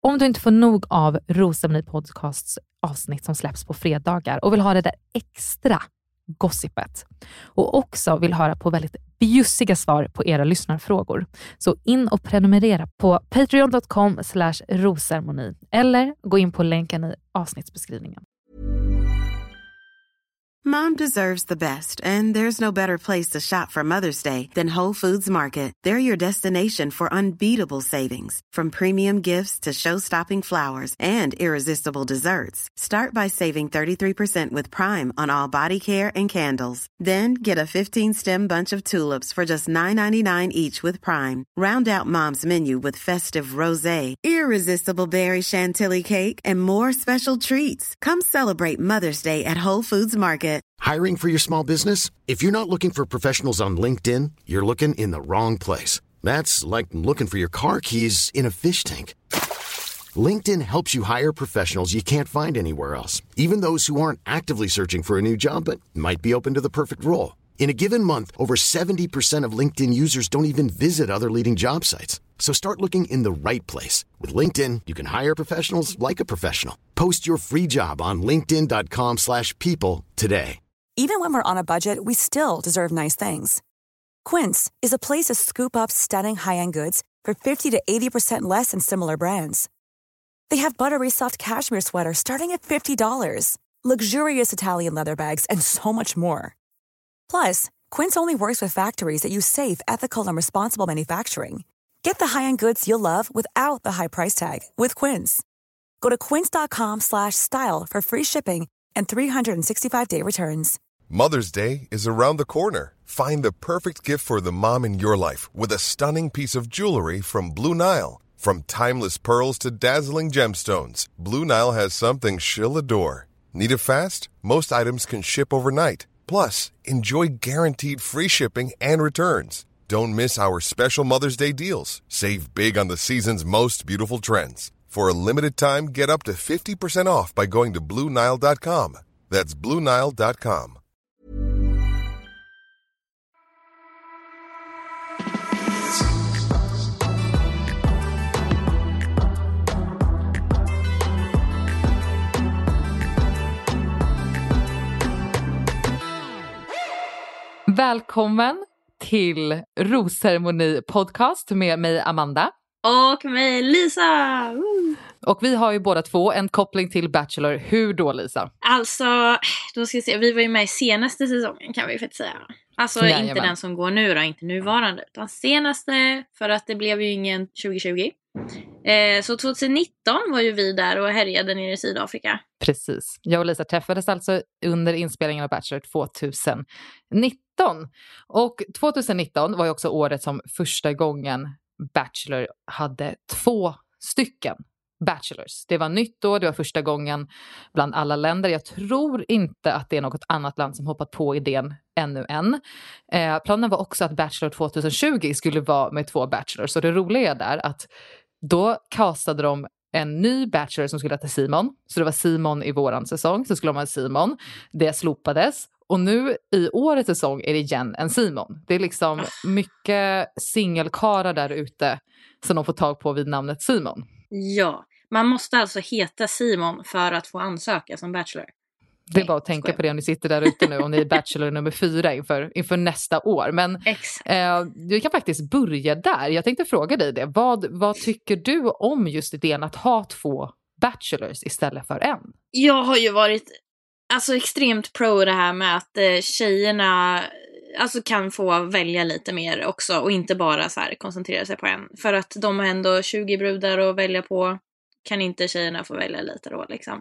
Om du inte får nog av Rosceremoni Podcasts avsnitt som släpps på fredagar och vill ha det där extra gossipet och också vill höra på väldigt bjussiga svar på era lyssnarfrågor, så in och prenumerera på patreon.com/rosceremoni eller gå in på länken i avsnittsbeskrivningen. Mom deserves the best, and there's no better place to shop for Mother's Day than Whole Foods Market. They're your destination for unbeatable savings, from premium gifts to show-stopping flowers and irresistible desserts. Start by saving 33% with Prime on all body care and candles. Then get a 15-stem bunch of tulips for just $9.99 each with Prime. Round out Mom's menu with festive rosé, irresistible berry chantilly cake, and more special treats. Come celebrate Mother's Day at Whole Foods Market. Hiring for your small business? If you're not looking for professionals on LinkedIn, you're looking in the wrong place. That's like looking for your car keys in a fish tank. LinkedIn helps you hire professionals you can't find anywhere else, even those who aren't actively searching for a new job but might be open to the perfect role. In a given month, over 70% of LinkedIn users don't even visit other leading job sites. So start looking in the right place. With LinkedIn, you can hire professionals like a professional. Post your free job on linkedin.com/people today. Even when we're on a budget, we still deserve nice things. Quince is a place to scoop up stunning high-end goods for 50 to 80% less than similar brands. They have buttery soft cashmere sweaters starting at $50, luxurious Italian leather bags, and so much more. Plus, Quince only works with factories that use safe, ethical, and responsible manufacturing. Get the high-end goods you'll love without the high price tag with Quince. Go to quince.com/style for free shipping and 365-day returns. Mother's Day is around the corner. Find the perfect gift for the mom in your life with a stunning piece of jewelry from Blue Nile. From timeless pearls to dazzling gemstones, Blue Nile has something she'll adore. Need it fast? Most items can ship overnight. Plus, enjoy guaranteed free shipping and returns. Don't miss our special Mother's Day deals. Save big on the season's most beautiful trends. For a limited time, get up to 50% off by going to BlueNile.com. That's BlueNile.com. Välkommen till Rosceremoni Podcast med mig Amanda. Och mig Lisa. Och vi har ju båda två en koppling till Bachelor. Hur då, Lisa? Alltså, då ska jag se. Vi var ju med i senaste säsongen, kan vi faktiskt säga. Alltså Jajamän. Inte den som går nu då, inte nuvarande. Utan senaste, för att det blev ju ingen 2020. Så 2019 var ju vi där och härjade nere i Sydafrika. Precis. Jag och Lisa träffades alltså under inspelningen av Bachelor 2019. Och 2019 var ju också året som första gången Bachelor hade 2 stycken Bachelors. Det var nytt då, det var första gången bland alla länder. Jag tror inte att det är något annat land som hoppat på idén ännu än. Planen var också att Bachelor 2020 skulle vara med 2 Bachelors. Så det roliga är där att då castade de en ny Bachelor som skulle heta Simon. Så det var Simon i våran säsong, så skulle de ha Simon. Det slopades. Och nu i årets säsong är det igen en Simon. Det är liksom mycket singelkarar där ute som de får tag på vid namnet Simon. Ja, man måste alltså heta Simon för att få ansöka som Bachelor. Det är bara att tänka på det om ni sitter där ute nu, om ni är Bachelor nummer 4 inför nästa år. Men du kan faktiskt börja där. Jag tänkte fråga dig det. Vad tycker du om just idén att ha 2 Bachelors istället för en? Jag har ju varit extremt pro det här med att tjejerna kan få välja lite mer också och inte bara så här koncentrera sig på en. För att de har ändå 20 brudar att välja på. Kan inte tjejerna få välja lite då liksom?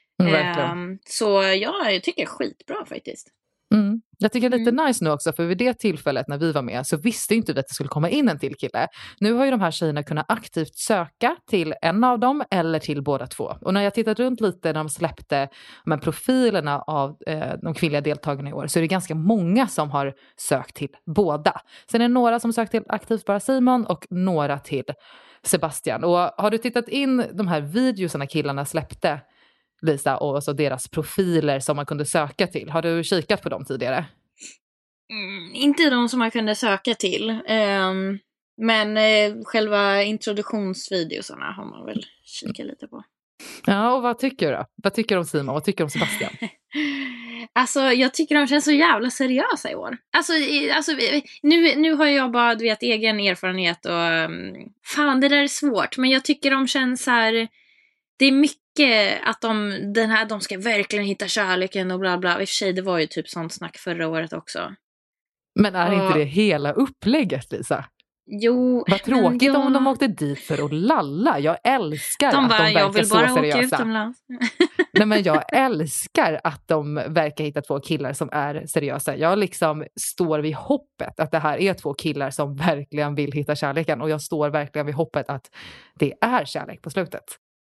Så jag tycker skitbra faktiskt. Jag tycker det är lite nice nu också, för vid det tillfället när vi var med så visste inte vi att det skulle komma in en till kille. Nu har ju de här tjejerna kunnat aktivt söka till en av dem eller till båda 2. Och när jag tittat runt lite när de släppte profilerna av de kvinnliga deltagarna i år, så är det ganska många som har sökt till båda. Sen är det några som sökt till aktivt bara Simon och några till Sebastian. Och har du tittat in de här videorna killarna släppte, Lisa, och så deras profiler som man kunde söka till? Har du kikat på dem tidigare? Inte de som man kunde söka till. Men själva introduktionsvideosarna har man väl kikat lite på. Ja, och vad tycker du då? Vad tycker du om Simon? Vad tycker du om Sebastian? Alltså jag tycker de känns så jävla seriösa i år. Alltså nu har jag bara egen erfarenhet och fan det där är svårt. Men jag tycker de känns så här. Det är mycket att de ska verkligen hitta kärleken och bla bla. I och för sig det var ju typ sånt snack förra året också. Men är inte det hela upplägget, Lisa? Jo. Vad tråkigt om de åkte dit för att lalla. Jag älskar att de verkar så seriösa. Nej, men jag älskar att de verkar hitta 2 killar som är seriösa. Jag liksom står vid hoppet att det här är 2 killar som verkligen vill hitta kärleken. Och jag står verkligen vid hoppet att det är kärlek på slutet.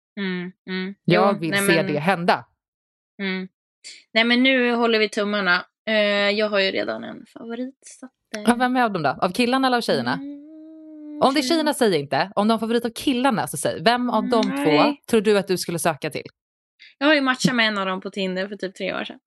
Jag vill se det hända. Nej men nu håller vi tummarna. Jag har ju redan en favorit. Så att, vem är av dem då? Av killarna eller av tjejerna? Om det är tjejerna, säg inte. Om de har favorit av killarna så säg. Vem av de 2 tror du att du skulle söka till? Jag har ju matchat med en av dem på Tinder för typ 3 år sedan.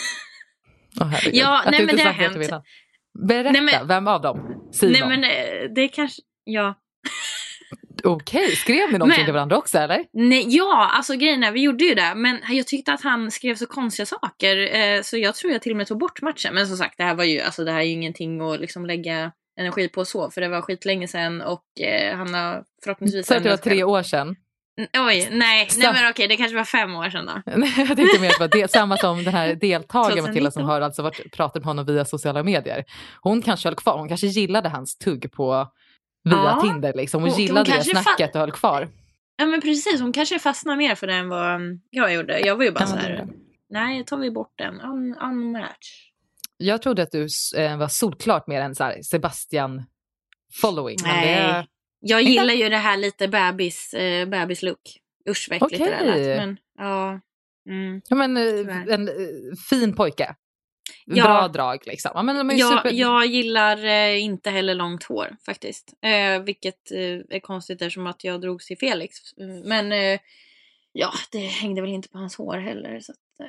Ja, nej men det har hänt. Berätta, vem av dem? Simon. Nej men det kanske, ja. Okej, skrev ni någonting till varandra också eller? Nej, ja, alltså grejen är, vi gjorde ju det. Men jag tyckte att han skrev så konstiga saker. Så jag tror jag till och med tog bort matchen. Men som sagt, det här är ju ingenting att liksom lägga energi på så. För det var skitlänge sedan och han har förhoppningsvis... Så det var 3 år sedan? Oj, nej men okej, det kanske var 5 år sedan då. Jag tänkte mer att det var samma som den här deltagaren Matilda som har alltså pratat med honom via sociala medier. Hon kanske höll kvar, hon kanske gillade hans tugg på via Tinder liksom. Hon gillade det snacket och höll kvar. Ja men precis, hon kanske fastnar mer för det än vad jag gjorde. Jag var ju bara så här. Nej, tar vi bort den. Unmatch. Jag trodde att du var solklart mer än så här Sebastian following. Nej. Men det... Jag gillar ju det här lite bebis look. Usch vad äckligt det där lät. Men, ja. Ja men en fin pojke. Bra drag liksom. Ja, men jag gillar inte heller långt hår faktiskt. Vilket är konstigt eftersom att jag drogs till Felix. Men det hängde väl inte på hans hår heller. Så att,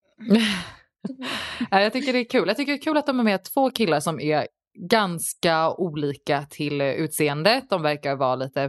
jag tycker det är kul. Jag tycker det är kul att de är med 2 killar som är ganska olika till utseendet. De verkar vara lite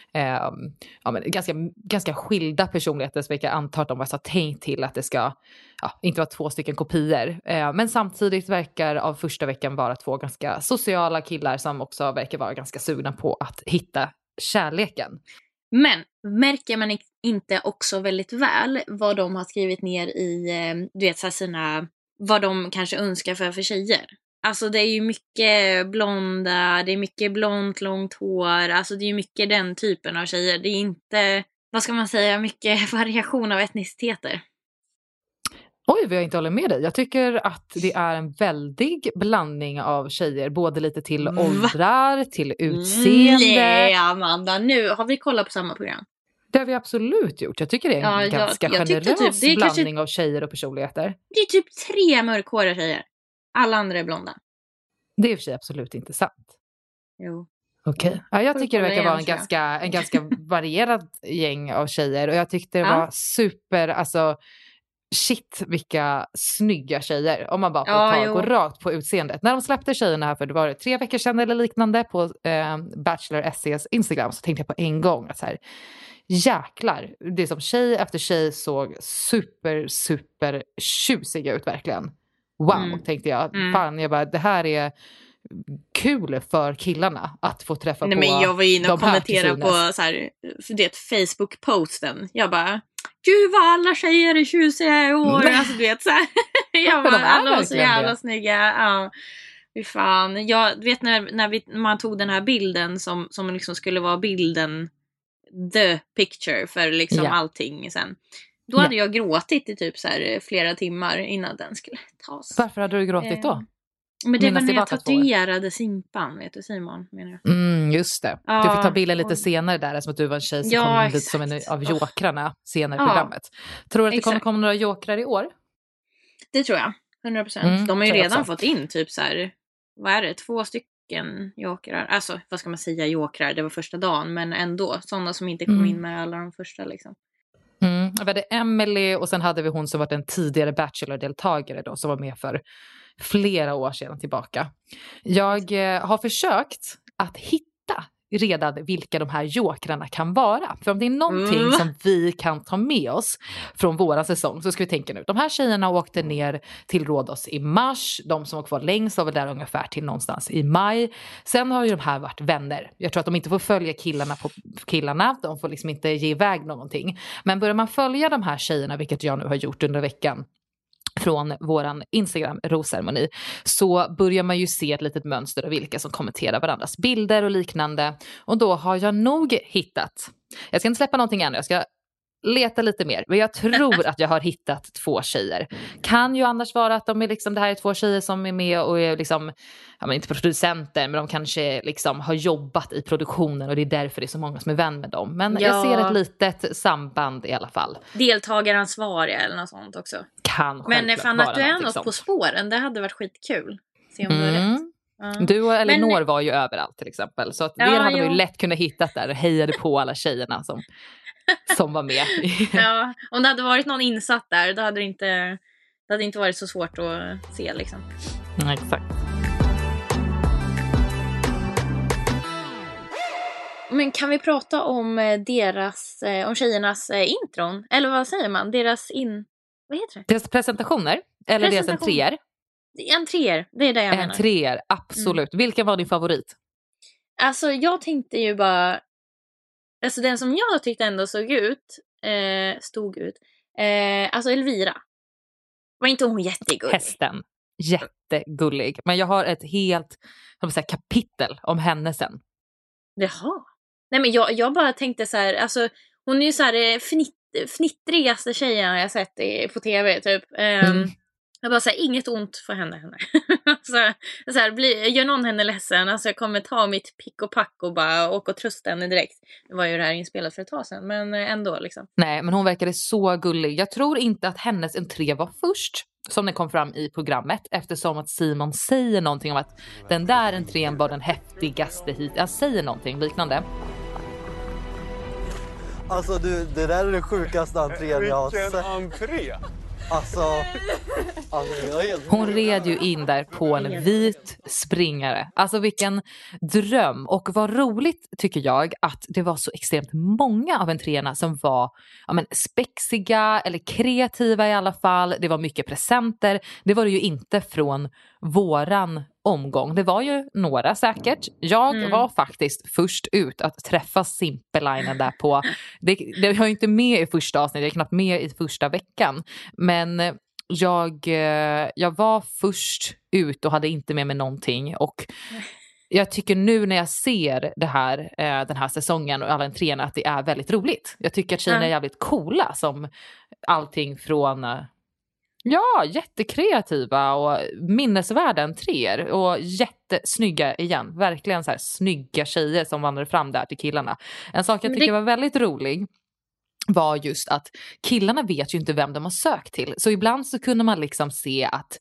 ganska skilda personligheter, så jag antar att de har tänkt till att det ska inte vara 2 stycken kopior. Men samtidigt verkar av första veckan vara 2 ganska sociala killar som också verkar vara ganska sugna på att hitta kärleken. Men märker man inte också väldigt väl vad de har skrivit ner i sina, vad de kanske önskar för tjejer? Alltså det är ju mycket blonda, det är mycket blont, långt hår. Alltså det är ju mycket den typen av tjejer. Det är inte, vad ska man säga, mycket variation av etniciteter. Oj, vad jag inte håller med dig. Jag tycker att det är en väldig blandning av tjejer. Både lite till åldrar, till utseende. Nej, Amanda, nu har vi kollat på samma program. Det har vi absolut gjort. Jag tycker det är en ganska generös typ, blandning av tjejer och personligheter. Det är typ 3 mörkhåriga tjejer. Alla andra är blonda. Det är i och för sig absolut inte sant. Jo. Okej. Ja, jag tycker det verkar vara en ganska varierad gäng av tjejer. Och jag tyckte det var super, alltså shit vilka snygga tjejer. Om man bara får gå rakt på utseendet. När de släppte tjejerna här för det var 3 veckor sedan eller liknande på Bachelor SCs Instagram, så tänkte jag på en gång att så här, jäklar, det är som tjej efter tjej såg super tjusiga ut verkligen. Wow, tänkte jag. Fan, jag bara, det här är kul för killarna att få träffa på. Nej, men jag var inne och kommenterade på så här, det Facebook-posten. Jag bara, gud vad alla tjejer är tjusiga i år. Alltså, du vet, så här. Jag bara, alla var så jävla snygga. Ja, fy fan. Jag vet när man tog den här bilden som liksom skulle vara bilden, the picture för liksom allting sen. Då hade jag gråtit i typ så här flera timmar innan den skulle tas. Varför hade du gråtit då? Men det var när jag tatuerade Simpan, vet du, Simon, menar jag. Just det. Du fick ta bilden lite senare där, som att du var en tjej som kom dit som en av jokrarna senare i programmet. Tror du att det kommer komma några jokrar i år? Det tror jag, 100%. De har ju redan fått in typ så här, vad är det, 2 stycken jokrar. Alltså, vad ska man säga jokrar? Det var första dagen, men ändå. Sådana som inte kom in med alla de första liksom. Vi hade Emily och sen hade vi hon som varit en tidigare Bachelor-deltagare då, som var med för flera år sedan tillbaka. Jag har försökt att hitta redan vilka de här jokrarna kan vara. För om det är någonting som vi kan ta med oss från våran säsong, så ska vi tänka nu. De här tjejerna åkte ner till Rhodos i mars. De som var kvar längst var väl där ungefär till någonstans i maj. Sen har ju de här varit vänner. Jag tror att de inte får följa killarna. De får liksom inte ge iväg någonting. Men börjar man följa de här tjejerna, vilket jag nu har gjort under veckan, från våran Instagram rosceremoni, så börjar man ju se ett litet mönster av vilka som kommenterar varandras bilder och liknande. Och då har jag nog hittat, jag ska inte släppa någonting än, jag ska leta lite mer, men jag tror att jag har hittat 2 tjejer. Kan ju annars vara att de är liksom, det här är 2 tjejer som är med och är liksom, ja, men inte producenter, men de kanske liksom har jobbat i produktionen och det är därför det är så många som är vän med dem. Men jag ser ett litet samband i alla fall. Deltagaransvariga eller något sånt också. Kan men fan att du är något på spåren, det hade varit skitkul. Se om du har rätt. Du och Elinor var ju överallt till exempel, så att det hade man ju lätt kunnat hitta där och hejade på alla tjejerna som var med. Ja, om det hade varit någon insatt där, då hade det inte varit så svårt att se liksom. Exakt. Men kan vi prata om om tjejernas intron? Eller vad säger man? Vad heter det? Deras presentationer? Eller deras entréer? Entréer, det är det jag menar. Entréer, absolut. Vilken var din favorit? Alltså jag tänkte ju bara, alltså den som jag tyckte ändå stod ut, alltså Elvira. Var inte hon jättegullig? Hästen, jättegullig. Men jag har ett helt kapitel om henne sen. Jaha. Nej men jag bara tänkte så här, alltså hon är ju så här fnittrigaste tjejen jag sett på tv typ. Jag bara säger inget ont för henne. så här, gör någon henne ledsen, alltså jag kommer ta mitt pick och pack och bara åka och trösta henne direkt. Det var ju det här inspelat för ett tag sedan, men ändå liksom. Nej, men hon verkade så gullig. Jag tror inte att hennes entré var först, som det kom fram i programmet, eftersom att Simon säger någonting om att den där entrén var den häftigaste hit. Jag säger någonting liknande. Alltså det där är den sjukaste entrén jag har sett. Vilken entré! Alltså jag är helt... Hon red ju in där på en vit springare. Alltså vilken dröm. Och vad roligt tycker jag att det var så extremt många av entréerna som var spexiga eller kreativa i alla fall. Det var mycket presenter. Det var det ju inte från våran omgång. Det var ju några säkert. Jag var faktiskt först ut att träffa Simpelainen där på... Det var ju inte med i första avsnittet. Jag är knappt med i första veckan. Men jag var först ut och hade inte med mig någonting. Och jag tycker nu när jag ser den här säsongen och alla entréerna att det är väldigt roligt. Jag tycker att tjejerna är jävligt coola, som allting från... Ja, jättekreativa och minnesvärda entréer och jättesnygga igen. Verkligen så här snygga tjejer som vandrade fram där till killarna. En sak jag tycker var väldigt rolig var just att killarna vet ju inte vem de har sökt till. Så ibland så kunde man liksom se att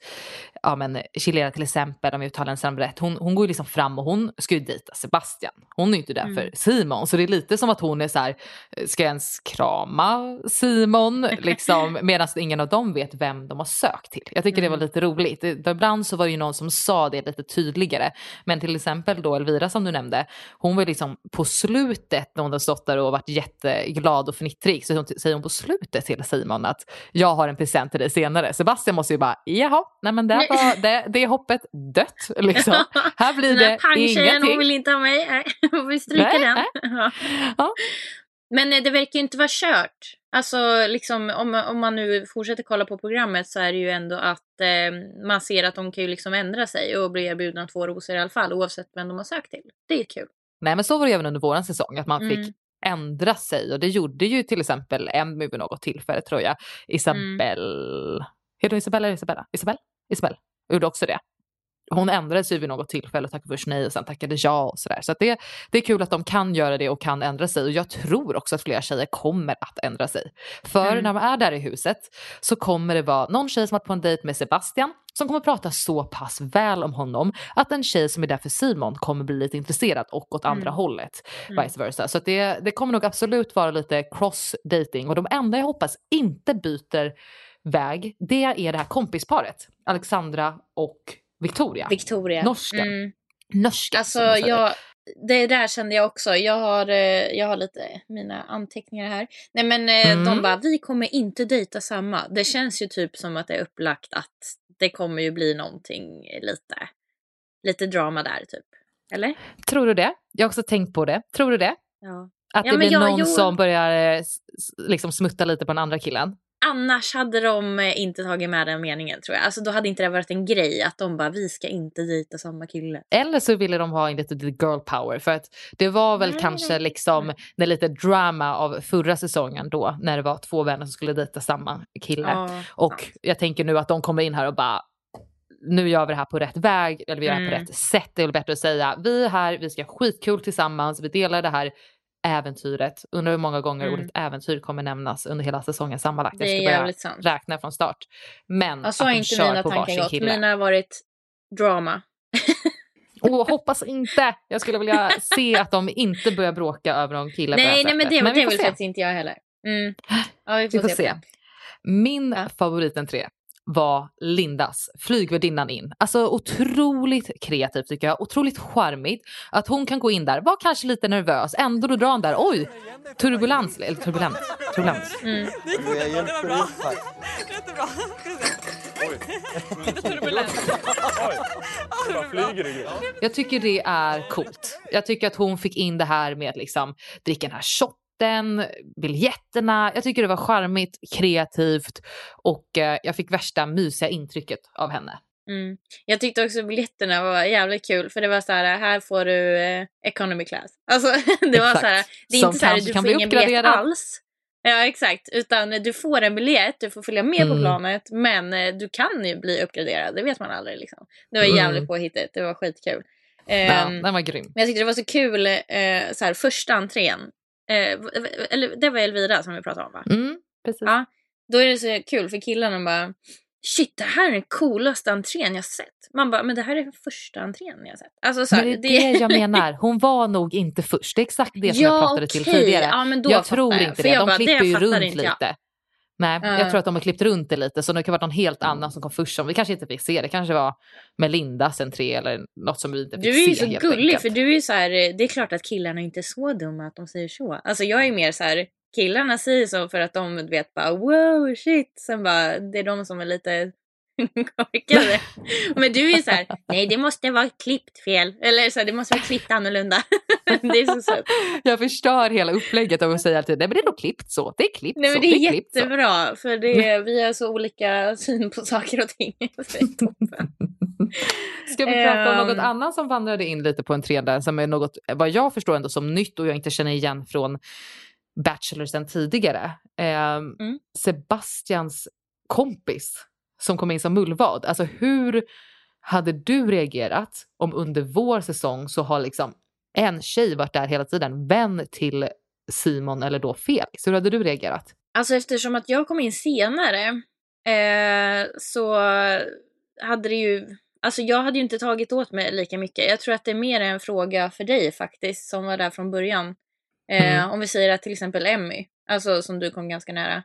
Chilera till exempel, om vi uttalar en sån rätt, hon går ju liksom fram och hon ska ju dejta Sebastian. Hon är ju inte där för Simon. Så det är lite som att hon är så här, ska jag ens krama Simon? Liksom, medan ingen av dem vet vem de har sökt till. Jag tycker det var lite roligt. Ibland så var det ju någon som sa det lite tydligare. Men till exempel då Elvira som du nämnde, hon var liksom på slutet när hon har stått där och varit jätteglad och fnittrig. Så säger hon på slutet till Simon att jag har en present till dig senare. Sebastian måste ju bara, jaha, nej men det är hoppet dött liksom. Här blir det ingenting. Hon vill inte ha mig. Hon vill stryka den. Ja. Men det verkar ju inte vara kört. Alltså liksom, om man nu fortsätter kolla på programmet så är det ju ändå att man ser att de kan ju liksom ändra sig och bli erbjudna 2 rosor i alla fall, oavsett vem de har sökt till. Det är kul. Nej, men så var det även under våran säsong, att man fick ändra sig. Och det gjorde ju till exempel Emmy vid något tillfälle, tror jag. Isabelle... Heter hon Isabelle eller Isabella? Isabelle gjorde också det. Hon ändrade sig vid något tillfälle och tackade först nej och sen tackade ja och sådär. Så att det är kul att de kan göra det och kan ändra sig. Och jag tror också att flera tjejer kommer att ändra sig. För när man är där i huset så kommer det vara någon tjej som varit på en dejt med Sebastian som kommer prata så pass väl om honom att en tjej som är där för Simon kommer bli lite intresserad och åt andra hållet. Vice versa. Så att det kommer nog absolut vara lite cross-dating. Och de enda jag hoppas inte byter väg, det är det här kompisparet. Alexandra och Victoria. Norskan. Norskan. Alltså det där kände jag också. Jag har lite mina anteckningar här. Nej men de bara, vi kommer inte samma. Det känns ju typ som att det är upplagt att det kommer ju bli någonting lite drama där typ. Eller? Tror du det? Jag har också tänkt på det. Tror du det? Ja. Att det blir någon som börjar liksom smutta lite på den andra killen? Annars hade de inte tagit med den meningen, tror jag. Alltså då hade inte det varit en grej att de bara, vi ska inte dejta samma kille. Eller så ville de ha in lite girl power. För att det var väl kanske liksom det lite drama av förra säsongen då. När det var 2 vänner som skulle dejta samma kille. Och jag tänker nu att de kommer in här och bara, nu gör vi det här på rätt väg. Eller vi gör det här på rätt sätt. Det är väl bättre att säga, vi är här, vi ska ha skitkul tillsammans. Vi delar det här äventyret. Undrar hur många gånger ordet äventyr kommer nämnas under hela säsongen sammanlagt. Jag ska börja räkna från start. Men alltså, att de kör mina på varsin kille. Mina har varit drama. Hoppas inte. Jag skulle vilja se att de inte börjar bråka över någon kille. Nej men det vill faktiskt inte jag heller. Ja, vi får se. Min favoriten 3 var Lindas, flygvärdinnan in. Alltså otroligt kreativt tycker jag. Otroligt charmigt. Att hon kan gå in där. Var kanske lite nervös. Ändå då drar hon där. Oj, turbulens. Jag hjälper dig här. Jättebra. Lite turbulens. Jag tycker det är coolt. Jag tycker att hon fick in det här med att liksom dricka den här shotten, biljetterna. Jag tycker det var charmigt, kreativt och jag fick värsta mysiga intrycket av henne. Jag tyckte också biljetterna var jävligt kul, för det var så här får du economy class. Alltså det var så här, det är inte så här du får ingen biljett alls. Ja, exakt. Utan du får en biljett, du får följa med på planet, men du kan ju bli uppgraderad. Det vet man aldrig liksom. Det var jävligt påhittigt, det var skitkul. Ja, den var grym. Men jag tyckte det var så kul, så här, första entrén. Eller det var Elvira som vi pratade om, va? Precis. Ja, då är det så kul för killarna bara, shit, det här är den coolaste entrén jag sett. Man bara, men det här är första entrén jag sett. Alltså så här, men det är det jag menar. Hon var nog inte först. Det är exakt det som jag pratade till tidigare. Ja, men då jag tror inte det. De klipper ju runt inte lite. Nej, jag tror att de har klippt runt det lite. Så det kan vara någon helt annan som kom först. Som vi kanske inte fick se. Det kanske var med Lindas entré eller något som vi inte fick se. Du är ju så gullig, för du är ju så här, det är klart att killarna inte är så dumma att de säger så. Alltså jag är mer så här, killarna säger så för att de vet bara, wow, shit. Sen bara, det är de som är lite korkade. Men du är så här, nej det måste vara klippt fel. Eller så här, det måste vara klippt annorlunda. Det är så sött. Jag förstör hela upplägget av att säga alltid, nej men det är nog klippt så. Det är klippt nej, så. Men det är jättebra. Så. För vi har så olika syn på saker och ting. Så det är toppen. Ska vi prata om något annat som vandrade in lite på en trend som är något, vad jag förstår ändå som nytt och jag inte känner igen från Bachelor sen tidigare. Sebastians kompis som kom in som mullvad. Alltså hur hade du reagerat om under vår säsong så har liksom en tjej varit där hela tiden, vän till Simon eller då Felix? Hur hade du reagerat? Alltså eftersom att jag kom in senare så hade det ju, alltså jag hade ju inte tagit åt mig lika mycket. Jag tror att det är mer en fråga för dig faktiskt som var där från början. Om vi säger att till exempel Emmy, alltså som du kom ganska nära.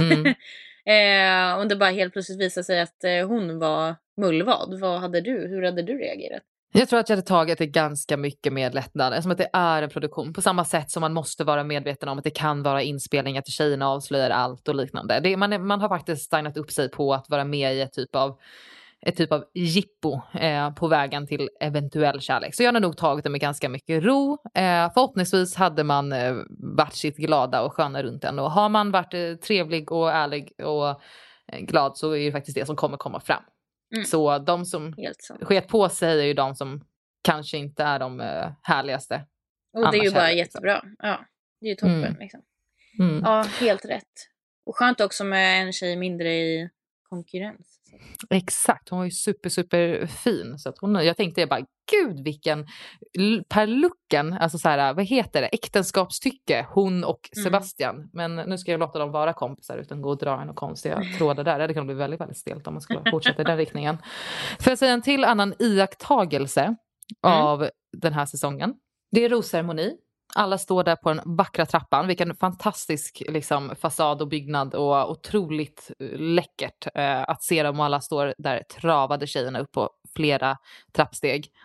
Om det bara helt plötsligt visade sig att hon var mullvad, hur hade du reagerat? Jag tror att jag hade tagit det ganska mycket med lättnad. Eftersom att det är en produktion. På samma sätt som man måste vara medveten om att det kan vara inspelningar till tjejerna avslöjar allt och liknande. Man har faktiskt signat upp sig på att vara med i ett typ av jippo på vägen till eventuell kärlek. Så jag hade nog tagit det med ganska mycket ro. Förhoppningsvis hade man varit sitt glada och sköna runt den. Och har man varit trevlig och ärlig och glad så är det faktiskt det som kommer komma fram. Så de som sket på sig är ju de som kanske inte är de härligaste. Och det är ju bara jättebra. Ja, det är ju toppen liksom. Ja, helt rätt. Och skönt också med en tjej mindre i konkurrens. Exakt, hon var ju super fin. Så att jag tänkte bara, gud vilken per looken, alltså så här, vad heter det, äktenskapstycke, hon och Sebastian. Men nu ska jag låta dem vara kompisar utan gå och dra en och konstiga trådar där. Det kan bli väldigt, väldigt stelt om man skulle fortsätta i den riktningen. För att säga en till annan iakttagelse av den här säsongen. Det är rosceremoni. Alla står där på den vackra trappan. Vilken fantastisk liksom, fasad och byggnad. Och otroligt läckert att se dem. Och alla står där travade tjejerna upp på flera trappsteg.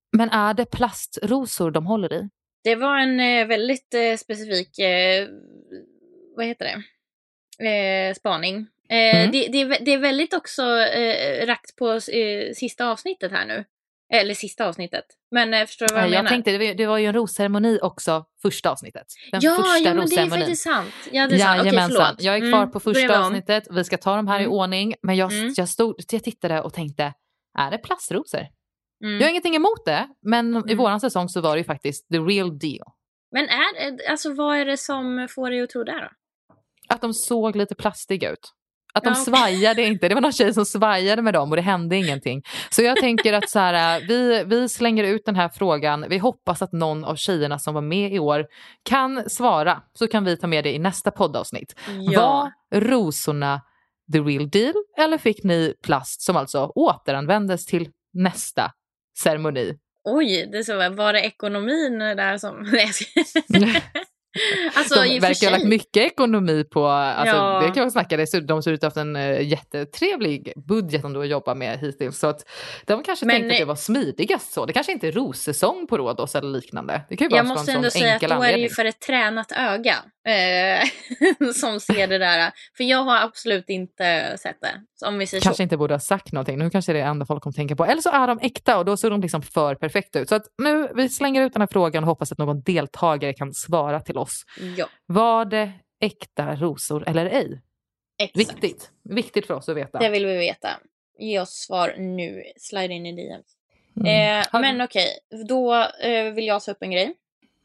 Men är det plastrosor de håller i? Det var en väldigt specifik, vad heter det? Spaning. Det är väldigt också rakt på sista avsnittet här nu. Eller sista avsnittet. Men förstår du vad jag menar? Jag tänkte, det var ju en rosceremoni också, första avsnittet. Den första men det är rosceremonin. faktiskt sant. Ja, det är sant. Okej, förlåt. Jag är kvar på första avsnittet. Vi ska ta dem här i ordning. Men jag tittade och tänkte, är det plastrosor? Jag har ingenting emot det. Men i våran säsong så var det ju faktiskt the real deal. Men vad är det som får dig att tro det då? Att de såg lite plastiga ut. Att de svajade inte. Det var någon tjej som svajade med dem och det hände ingenting. Så jag tänker att så här, vi slänger ut den här frågan. Vi hoppas att någon av tjejerna som var med i år kan svara. Så kan vi ta med det i nästa poddavsnitt. Ja. Var rosorna the real deal? Eller fick ni plast som alltså återanvändes till nästa ceremoni? Oj, det så var det ekonomin där som... Alltså, de verkar ha lagt mycket ekonomi på, alltså, det kan jag snacka, de ser ut att ha haft en jättetrevlig budget de då jobbar med hittills, så att de kanske tänkte att det var smidigast så. Det kanske inte är rossäsong på Rhodos eller liknande. Det kan ju jag måste ändå säga att då är det ju för ett tränat öga som ser det där. För jag har absolut inte sett det. Om vi säger kanske så. Inte borde ha sagt någonting. Nu kanske det är det enda folk kommer tänka på. Eller så är de äkta och då ser de liksom för perfekta ut. Så att nu, vi slänger ut den här frågan och hoppas att någon deltagare kan svara till oss. Ja. Var det äkta rosor eller ej? Exakt. Viktigt för oss att veta. Det vill vi veta. Ge oss svar nu. Slide in i DM. Men okej, då vill jag ta upp en grej.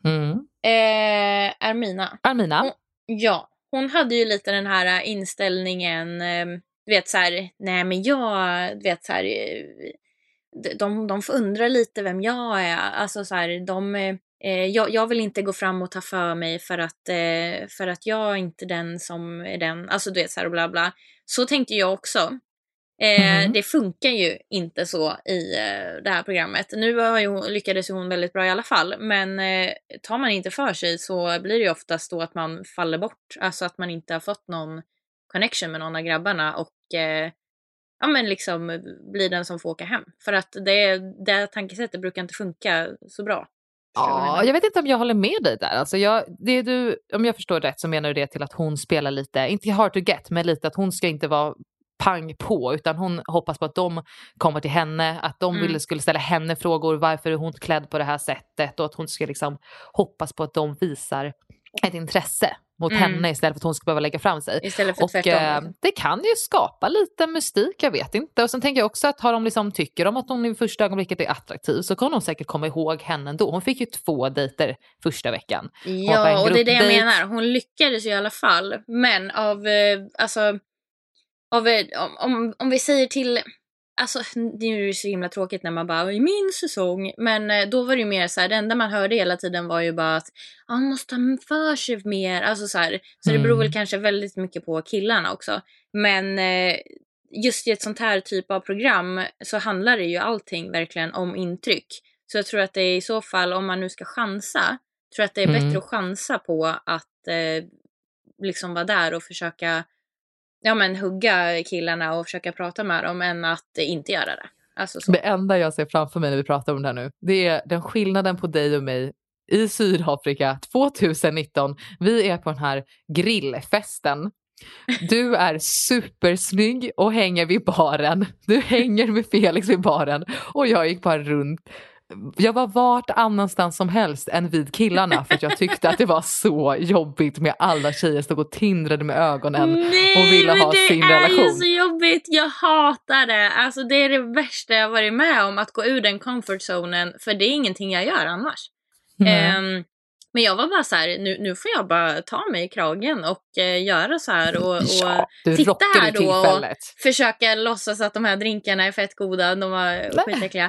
Armina. Hon hade ju lite den här inställningen, du vet så här, nej men jag, du vet så här, de får undra lite vem jag är, alltså så här, jag vill inte gå fram och ta för mig för att jag är inte den som är den, alltså du vet så här och bla bla. Så tänkte jag också. Det funkar ju inte så i det här programmet. Nu lyckades hon väldigt bra i alla fall. Men tar man inte för sig så blir det ju oftast då att man faller bort. Alltså att man inte har fått någon connection med någon av grabbarna. Och men liksom blir den som får åka hem. För att det tankesättet brukar inte funka så bra. Ja, jag vet inte om jag håller med dig där. Alltså om jag förstår rätt så menar du det till att hon spelar lite, inte hard to get, men lite att hon ska inte vara pang på, utan hon hoppas på att de kommer till henne, att de skulle ställa henne frågor, varför är hon klädd på det här sättet, och att hon ska liksom hoppas på att de visar ett intresse mot henne istället för att hon ska behöva lägga fram sig. Istället för tvärtom. Det kan ju skapa lite mystik, jag vet inte. Och sen tänker jag också att har de liksom tycker om att hon i första ögonblicket är attraktiv, så kan hon säkert komma ihåg henne ändå. Hon fick ju 2 dejter första veckan. Ja, och det är det jag menar. Hon lyckades ju i alla fall. Men om vi säger till, alltså det är ju så himla tråkigt när man bara i min säsong, men då var det ju mer så här, det enda man hörde hela tiden var ju bara att man måste ha för sig mer, alltså så här, så det beror väl kanske väldigt mycket på killarna också, men just i ett sånt här typ av program så handlar det ju allting verkligen om intryck, så jag tror att det är i så fall, om man nu ska chansa, tror jag att det är bättre att chansa på att liksom vara där och försöka hugga killarna och försöka prata med dem än att inte göra det. Alltså så. Det enda jag ser framför mig när vi pratar om det här nu, det är den skillnaden på dig och mig i Sydafrika 2019. Vi är på den här grillfesten. Du är supersnygg och hänger vid baren. Du hänger med Felix vid baren och jag gick bara runt. Jag var vart annanstans som helst än vid killarna, för att jag tyckte att det var så jobbigt med alla tjejer stod och tindrade med ögonen och ville ha sin relation. Det är så jobbigt, jag hatar det. Alltså det är det värsta jag varit med om, att gå ur den comfort zonen, för det är ingenting jag gör annars. Men jag var bara så här, nu får jag bara ta mig i kragen och göra så här och titta här då och försöka låtsas att de här drinkarna är fett goda, de var skitäckliga.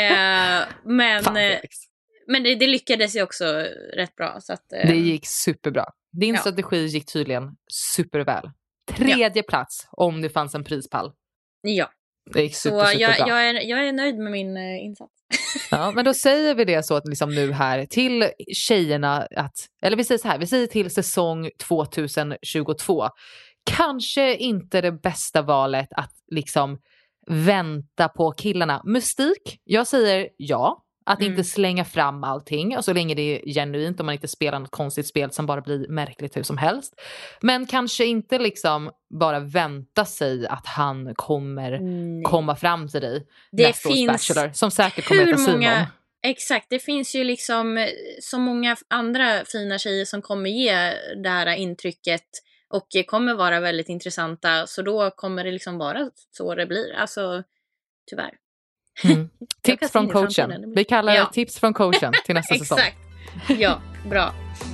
Men det lyckades ju också rätt bra. Så att, det gick superbra. Din strategi gick tydligen superväl. 3:e plats om det fanns en prispall. Ja. Det gick superbra. Jag är nöjd med min insats. Ja, men då säger vi det så att liksom nu här till tjejerna eller vi säger så här, vi säger till säsong 2022. Kanske inte det bästa valet att liksom vänta på killarna. Mystik, jag säger ja, Att inte slänga fram allting. Och så länge det är genuint och man inte spelar något konstigt spel som bara blir märkligt hur som helst. Men kanske inte liksom bara vänta sig att han kommer komma fram till dig. Det nästa års finns Bachelor, som säkert kommer heta Simon. Exakt, det finns ju liksom så många andra fina tjejer som kommer ge det här intrycket och kommer vara väldigt intressanta, så då kommer det liksom vara så det blir, alltså tyvärr. Tips från coachen. Vi kallar det tips från coachen till nästa säsong. Exakt, ja, bra.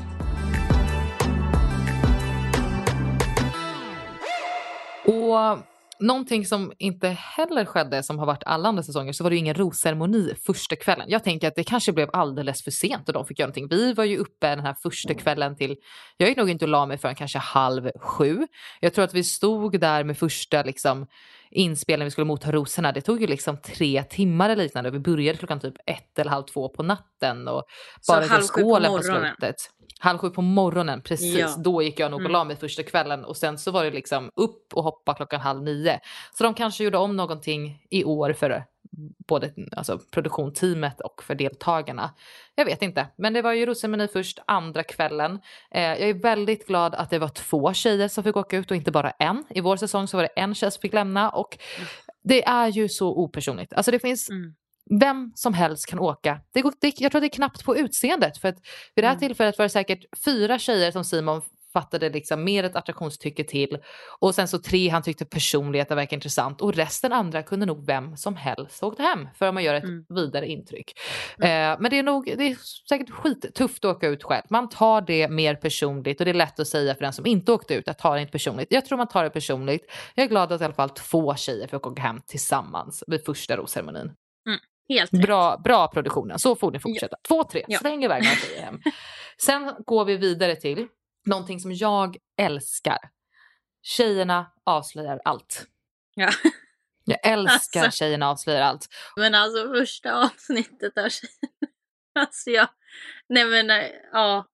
Och någonting som inte heller skedde som har varit alla andra säsonger, så var det ju ingen rosceremoni första kvällen. Jag tänker att det kanske blev alldeles för sent och de fick göra någonting. Vi var ju uppe den här första kvällen till, jag gick nog inte och la mig förrän kanske 6:30. Jag tror att vi stod där med första liksom inspelningen, vi skulle motta rosorna. Det tog ju liksom 3 timmar eller liknande. Vi började klockan typ 1 eller 1:30 på natten och bara så skålen på slutet. 6:30 på morgonen, precis. Ja. Då gick jag nog och la mig första kvällen. Och sen så var det liksom upp och hoppa klockan 8:30. Så de kanske gjorde om någonting i år för både alltså produktionsteamet och för deltagarna. Jag vet inte. Men det var ju rosceremoni först andra kvällen. Jag är väldigt glad att det var 2 tjejer som fick åka ut och inte bara en. I vår säsong så var det en tjej som fick lämna. Och det är ju så opersonligt. Alltså det finns... Vem som helst kan åka. Jag tror det är knappt på utseendet. För att vid det här tillfället var det säkert 4 tjejer som Simon fattade liksom mer ett attraktionstycke till. Och sen så 3 han tyckte personligheten verkar intressant. Och resten andra kunde nog vem som helst åkte hem. För man gör ett vidare intryck. Men det är säkert skittufft att åka ut själv. Man tar det mer personligt. Och det är lätt att säga för den som inte åkte ut. Att ta det inte personligt. Jag tror man tar det personligt. Jag är glad att i alla fall 2 tjejer fick åka hem tillsammans vid första rosceremonin. Helt bra produktionen. Så får ni fortsätta. 2-3. Släng iväg några tjejer hem. Sen går vi vidare till någonting som jag älskar. Tjejerna avslöjar allt. Ja. Jag älskar tjejerna avslöjar allt. Men alltså första avsnittet av tjejerna. Alltså nej men ja.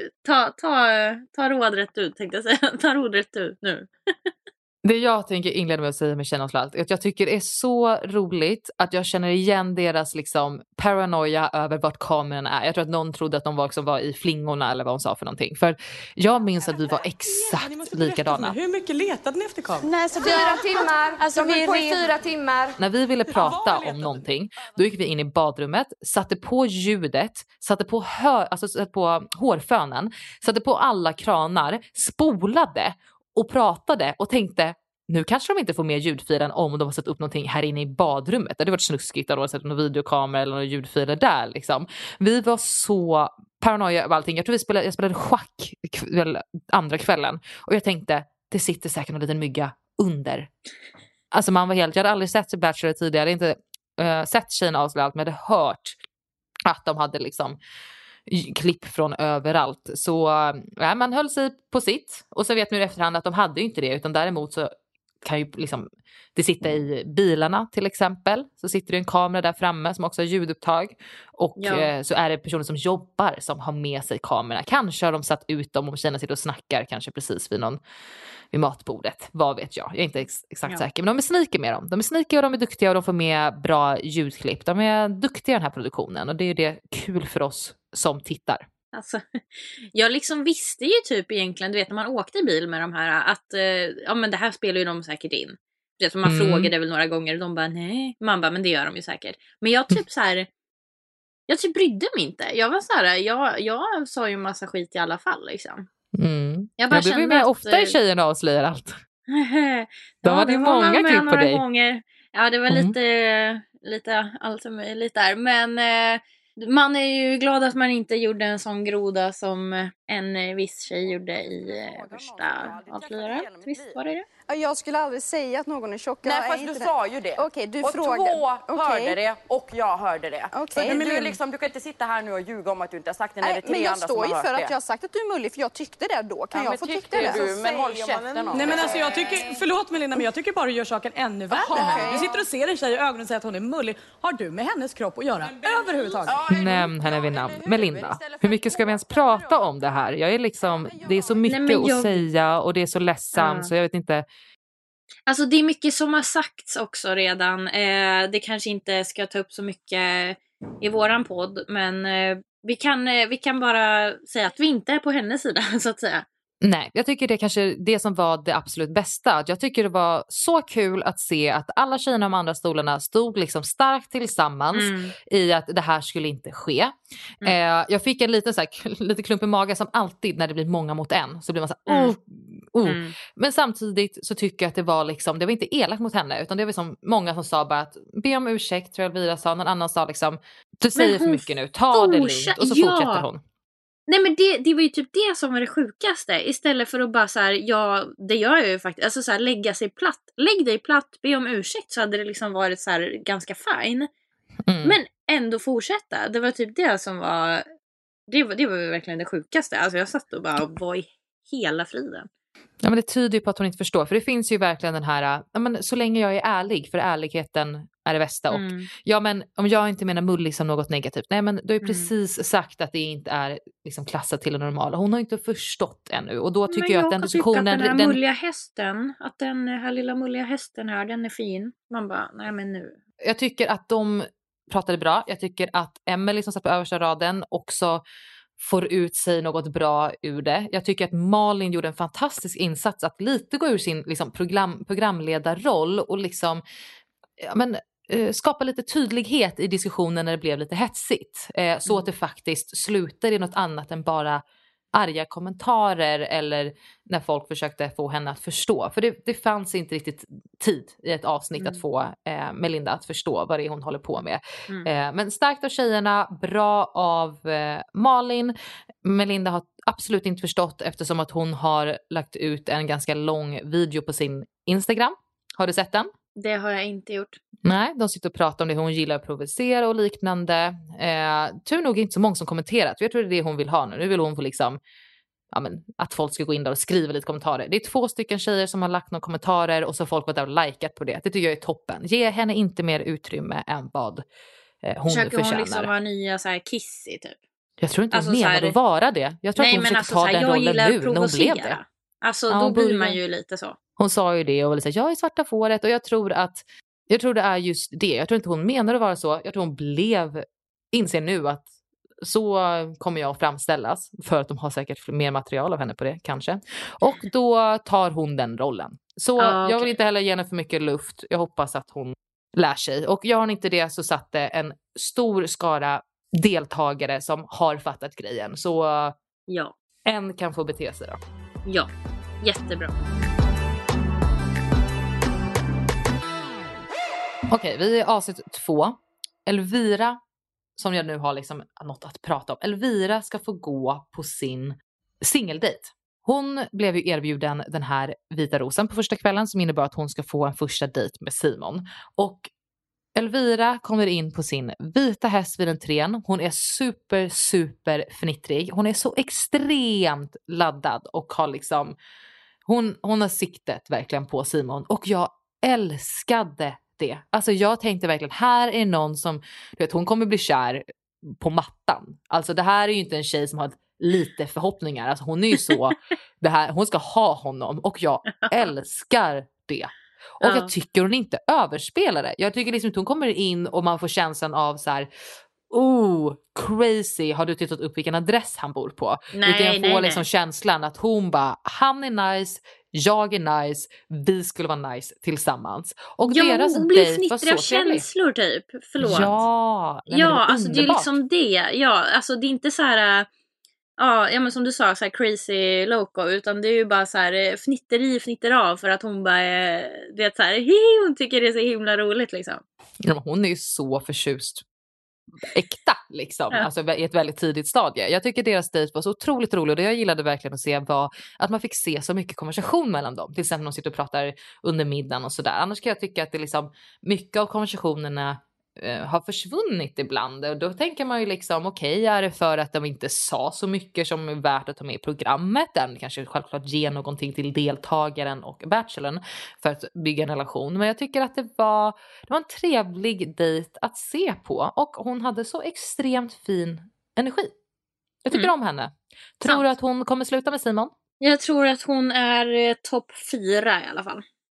Ta rådrätt ut tänkte jag säga. Ta rådrätt ut nu. Det jag tänker inleda med att säga med Tjejerna avslöjar allt är att jag tycker det är så roligt att jag känner igen deras liksom paranoia över vart kameran är. Jag tror att någon trodde att de var i flingorna eller vad hon sa för någonting. För jag minns att vi var exakt likadana. Hur mycket letade ni efter kameran? Nej, så 4 timmar. Alltså vi på i 4 timmar. När vi ville prata om någonting, då gick vi in i badrummet, satte på ljudet, satte på hårfönen, satte på alla kranar, spolade och pratade och tänkte, nu kanske de inte får med ljudfilen om de har satt upp någonting här inne i badrummet. Det hade varit snuskigt att de har sett någon videokamera eller någon ljudfiler där liksom. Vi var så paranoia över allting. Jag tror jag spelade schack andra kvällen och jag tänkte, det sitter säkert en liten mygga under. Alltså man var helt, jag hade aldrig sett Bachelor tidigare, inte sett Tjejerna avslöjar allt, men jag hade hört att de hade liksom klipp från överallt. Så man höll sig på sitt. Och så vet nu i efterhand att de hade ju inte det. Utan däremot så kan ju liksom det sitta i bilarna till exempel. Så sitter det en kamera där framme som också har ljudupptag. Och så är det personer som jobbar som har med sig kamerorna. Kanske har de satt ut dem och tjejerna sitter och snackar kanske precis vid matbordet. Vad vet jag? Jag är inte exakt säker. Men de är sneaky med dem. De är sneaky och de är duktiga och de får med bra ljudklipp. De är duktiga i den här produktionen. Och det är det kul för oss som tittar. Alltså, jag liksom visste ju typ egentligen, du vet när man åkte i bil med de här att men det här spelar ju de säkert in. Du vet, man frågade väl några gånger och de bara nej. Man bara, men det gör de ju säkert. Men jag typ så här, jag typ brydde mig inte. Jag var så här, jag sa ju massa skit i alla fall liksom. Jag bara blev med ofta i Tjejerna avslöjar allt. De hade ju många klipp på dig. Gånger. Ja, det var lite allt möjligt där. Men man är ju glad att man inte gjorde en sån groda som en viss tjej gjorde i första avslöjaren. Visst var det? Jag skulle aldrig säga att någon är tjock. Nej, fast du sa ju det. Okej, du och frågade. 2 hörde det och jag hörde det. Okay. Så du kan inte sitta här nu och ljuga om att du inte har sagt det när det är 3 men jag andra som har hört det. står ju för att jag har sagt att du är mullig, för jag tyckte det då. Kan jag få tycka det? Du, men håll käften om. Nej men alltså jag tycker, förlåt Melinda, men jag tycker bara du gör saken ännu värre här. Du sitter och ser en tjej i ögonen och säger att hon är mullig. Har du med hennes kropp att göra överhuvudtaget? Nämn henne vid namn. Melinda, hur mycket ska vi ens prata om det här? Jag är liksom, det är så mycket att säga och det är så ledsamt så jag vet inte. Alltså det är mycket som har sagts också redan. Det kanske inte ska ta upp så mycket i våran podd. Men vi kan bara säga att vi inte är på hennes sida, så att säga. Nej, jag tycker det kanske det som var det absolut bästa. Jag tycker det var så kul att se att alla tjejerna om andra stolarna stod liksom starkt tillsammans i att det här skulle inte ske. Jag fick en liten lite klump i magen som alltid när det blir många mot en. Så blir man så här, Men samtidigt så tycker jag att det var liksom, det var inte elakt mot henne, utan det var liksom många som sa bara att be om ursäkt, tror jag Elvira sa. Någon annan sa liksom, du säger för mycket nu, ta det lugnt. Och så fortsätter hon. Nej, men det var ju typ det som var det sjukaste. Istället för att bara så här, det gör jag ju faktiskt. Alltså så här, lägga sig platt. Lägg dig platt, be om ursäkt, så hade det liksom varit så här ganska fine. Men ändå fortsätta. Det var typ det som var... Det var ju verkligen det sjukaste. Alltså jag satt och bara, vad i hela friden? Ja, men det tyder ju på att hon inte förstår. För det finns ju verkligen den här, ja, men så länge jag är ärlig, för ärligheten är det bästa. Och ja, men om jag inte menar mullig som något negativt. Nej, men du har ju precis sagt att det inte är liksom klassat till det normala. Hon har inte förstått ännu. Och då tycker jag att den diskussionen... att den här mulliga hästen, att den här lilla mulliga hästen här, den är fin. Man bara, nej men nu. Jag tycker att de pratade bra. Jag tycker att Emily som satt på översta raden också får ut sig något bra ur det. Jag tycker att Malin gjorde en fantastisk insats att lite gå ur sin liksom, programledarroll och liksom, ja, men, skapa lite tydlighet i diskussionen när det blev lite hetsigt. Så att det faktiskt slutar i något annat än bara arga kommentarer eller när folk försökte få henne att förstå. För det fanns inte riktigt tid i ett avsnitt att få Melinda att förstå vad det är hon håller på med. Men starkt av tjejerna, bra av Malin. Melinda har absolut inte förstått eftersom att hon har lagt ut en ganska lång video på sin Instagram. Har du sett den? Det har jag inte gjort. Nej, de sitter och pratar om det. Hon gillar att provocera och liknande. Tur nog inte så många som kommenterat. Jag tror det är det hon vill ha nu. Nu vill hon få liksom, ja, men, att folk ska gå in där och skriva lite kommentarer. Det är 2 stycken tjejer som har lagt några kommentarer och så har folk varit där och likat på det. Det tycker jag är toppen. Ge henne inte mer utrymme än vad hon försöker förtjänar. Hon liksom vara nya så här Kissy typ? Jag tror inte hon menade att vara det. Jag tror att hon försökte ta den rollen nu när hon blev det. Alltså ja, då blir man ju lite så. Hon sa ju det och ville säga, jag är svarta fåret, och jag tror det är just det. Jag tror inte hon menar att vara så. Jag tror hon inser nu att så kommer jag att framställas, för att de har säkert mer material av henne på det, kanske. Och då tar hon den rollen. Så jag vill inte heller ge henne för mycket luft. Jag hoppas att hon lär sig. Och gör hon inte det så satt det en stor skara deltagare som har fattat grejen. Så ja, en kan få bete sig då. Ja, jättebra. Okej, vi är avsnitt 2. Elvira, som jag nu har liksom något att prata om. Elvira ska få gå på sin singeldejt. Hon blev ju erbjuden den här vita rosen på första kvällen, som innebär att hon ska få en första dejt med Simon. Och Elvira kommer in på sin vita häst vid entrén. Hon är super fnittrig. Hon är så extremt laddad och har liksom... Hon har siktet verkligen på Simon. Och jag älskade det. Alltså jag tänkte verkligen, här är någon som... Du vet, hon kommer bli kär på mattan. Alltså det här är ju inte en tjej som har lite förhoppningar. Alltså hon är ju så... hon ska ha honom. Och jag älskar det. Och jag tycker hon inte överspelar det. Jag tycker liksom att hon kommer in och man får känslan av så här: oh, crazy, har du tittat upp vilken adress han bor på? Utan jag får liksom känslan att hon bara, han är nice, jag är nice, vi skulle vara nice tillsammans. Och deras hon blir dejt var så känslor typ. Förlåt. Ja, alltså det är liksom det. Ja, alltså det är inte så här... Ja, men som du sa, så här crazy loco, utan det är ju bara så här fnitter av för att hon bara vet så här, hon tycker det är så himla roligt liksom. Ja, hon är ju så förtjust äkta liksom, alltså i ett väldigt tidigt stadie. Jag tycker deras dejt var så otroligt rolig, och det jag gillade verkligen att se var att man fick se så mycket konversation mellan dem. Till exempel när de sitter och pratar under middagen och sådär. Annars kan jag tycka att det liksom, mycket av konversationerna har försvunnit ibland, och då tänker man ju liksom, okej, är det för att de inte sa så mycket som är värt att ta med i programmet? Den kanske självklart ge någonting till deltagaren och bachelorn för att bygga en relation, men jag tycker att det var en trevlig dejt att se på, och hon hade så extremt fin energi. Jag tycker om henne. Tror du att hon kommer sluta med Simon? Jag tror att hon är topp 4 i alla fall.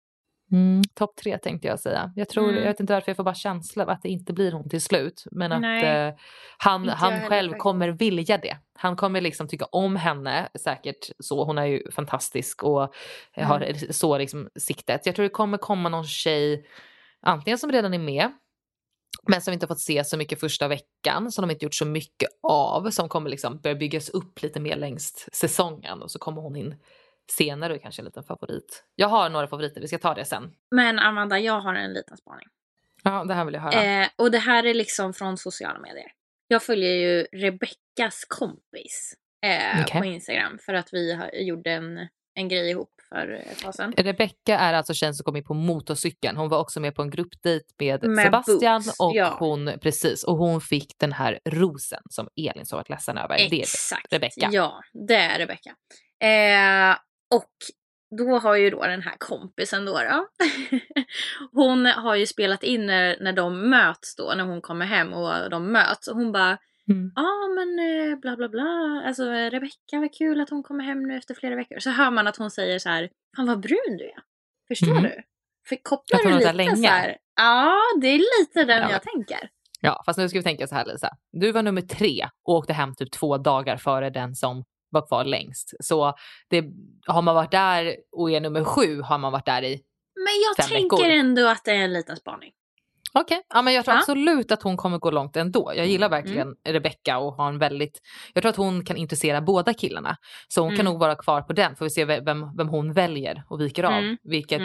Topp 3 tänkte jag säga. Jag vet inte varför, jag får bara känsla av att det inte blir hon till slut. Men att han själv kommer vilja det. Han kommer liksom tycka om henne säkert så. Hon är ju fantastisk och har så liksom siktet. Jag tror det kommer komma någon tjej antingen som redan är med, men som vi inte har fått se så mycket första veckan, som de inte gjort så mycket av, som kommer liksom börja byggas upp lite mer längs säsongen, och så kommer hon in senare och kanske en liten favorit. Jag har några favoriter, vi ska ta det sen. Men Amanda, jag har en liten spaning. Ja, det här vill jag höra. Och det här är liksom från sociala medier. Jag följer ju Rebeckas kompis på Instagram, för att vi gjorde en grej ihop för ett tag sedan. Rebecka är alltså tjejen som kom in på motorcykeln. Hon var också med på en gruppdejt med Sebastian Boots, och hon fick den här rosen som Elin så varit ledsen över. Exakt. Det är Rebecka. Ja, det är Rebecka. Och då har ju då den här kompisen då hon har ju spelat in när de möts då, när hon kommer hem och de möts, och hon bara men bla bla bla, alltså Rebecka, vad kul att hon kommer hem nu efter flera veckor. Så hör man att hon säger så här: fan vad brun du är. Förstår du? För kopplar du lite länge. Så här? Ja, det är lite den jag tänker. Ja, fast nu ska vi tänka så här, Lisa. Du var nummer 3 och åkte hem typ 2 dagar före den som var kvar längst. Så har man varit där och är nummer 7 har man varit där i 5 veckor. Men jag tänker ändå att det är en liten spaning. Okej, ja, men jag tror absolut att hon kommer gå långt ändå. Jag gillar verkligen Rebecka och har jag tror att hon kan intressera båda killarna. Så hon kan nog vara kvar på den. Får vi se vem hon väljer och viker av. Vilket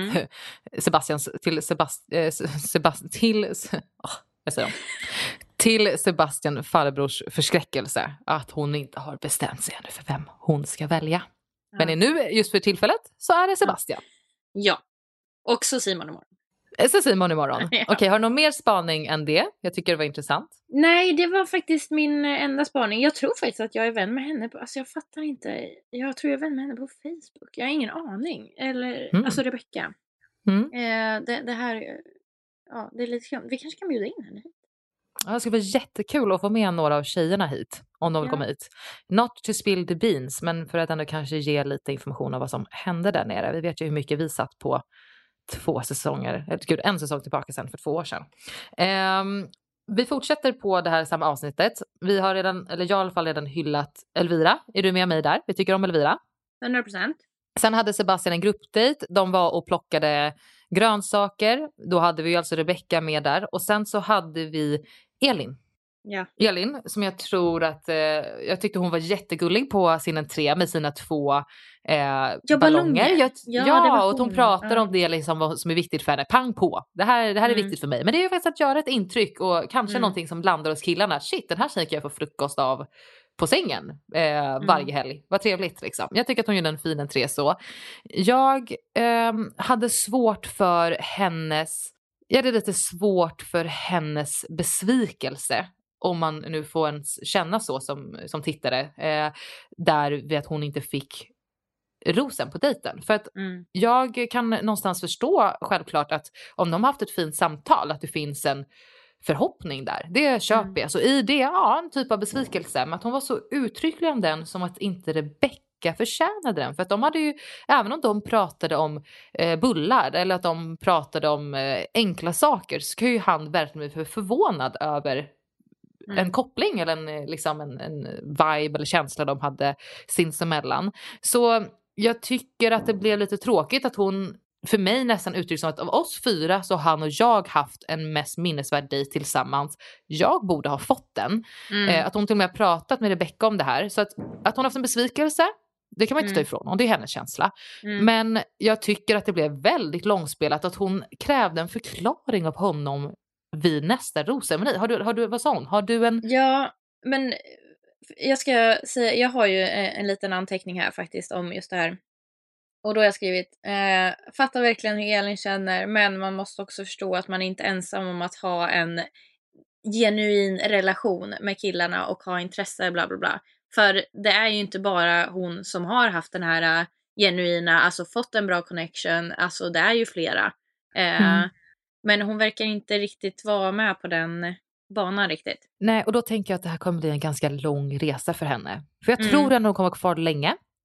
till Sebastian farbrors förskräckelse att hon inte har bestämt sig ännu för vem hon ska välja. Men nu, just för tillfället, så är det Sebastian. Ja, och så Simon imorgon. Okej, har du någon mer spaning än det? Jag tycker det var intressant. Nej, det var faktiskt min enda spaning. Jag tror faktiskt att jag är vän med henne alltså jag fattar inte. Jag tror jag är vän med henne på Facebook. Jag har ingen aning. Eller, alltså Rebecka. Det här, det är lite kul. Vi kanske kan bjuda in henne hit. Ja, det skulle vara jättekul att få med några av tjejerna hit. Om de vill komma hit. Not to spill the beans, men för att ändå kanske ge lite information om vad som hände där nere. Vi vet ju hur mycket vi satt på 2 säsonger, en säsong tillbaka sen för 2 år sedan. Vi fortsätter på det här samma avsnittet. Vi har redan, eller jag i alla fall redan hyllat Elvira. Är du med mig där? Vi tycker om Elvira. 100%. Sen hade Sebastian en gruppdejt. De var och plockade grönsaker. Då hade vi alltså Rebecka med där. Och sen så hade vi Elin. Ja. Elin, som jag tror att jag tyckte hon var jättegullig på sin entré med sina 2 ballonger. Ja, och hon pratar om det liksom, som är viktigt för henne. Pang på. Det här är viktigt för mig. Men det är ju faktiskt att göra ett intryck och kanske någonting som landar hos killarna. Shit, den här tjejen kan jag få frukost av på sängen varje helg. Vad trevligt liksom. Jag tycker att hon gjorde en fin entré så. Jag hade svårt för hennes besvikelse. Om man nu får ens känna så som tittare. Där vi att hon inte fick rosen på dejten. För att jag kan någonstans förstå självklart att om de har haft ett fint samtal, att det finns en förhoppning där. Det köper jag. Så i det, en typ av besvikelse. Men att hon var så uttrycklig om den som att inte Rebecka förtjänade den. För att de hade ju, även om de pratade om bullar eller att de pratade om enkla saker, så kan ju han verkligen bli förvånad över en koppling eller en vibe eller känsla de hade sinsemellan. Så jag tycker att det blev lite tråkigt att hon för mig nästan uttrycks som att av oss 4 så har han och jag haft en mest minnesvärd dejt tillsammans. Jag borde ha fått den. Att hon till och med har pratat med Rebecka om det här. Så att hon har haft en besvikelse, det kan man inte ta ifrån. Och det är hennes känsla. Men jag tycker att det blev väldigt långspelat att hon krävde en förklaring av honom vid nästa rosceremoni. Har du vad sa hon? Har du en... Ja, men jag ska säga, jag har ju en liten anteckning här faktiskt om just det här. Och då har jag skrivit, fattar verkligen hur Elin känner, men man måste också förstå att man inte är ensam om att ha en genuin relation med killarna och ha intresse, bla bla bla. För det är ju inte bara hon som har haft den här genuina, alltså fått en bra connection, alltså det är ju flera. Men hon verkar inte riktigt vara med på den banan riktigt. Nej, och då tänker jag att det här kommer bli en ganska lång resa för henne. För jag tror att hon kommer kvar länge.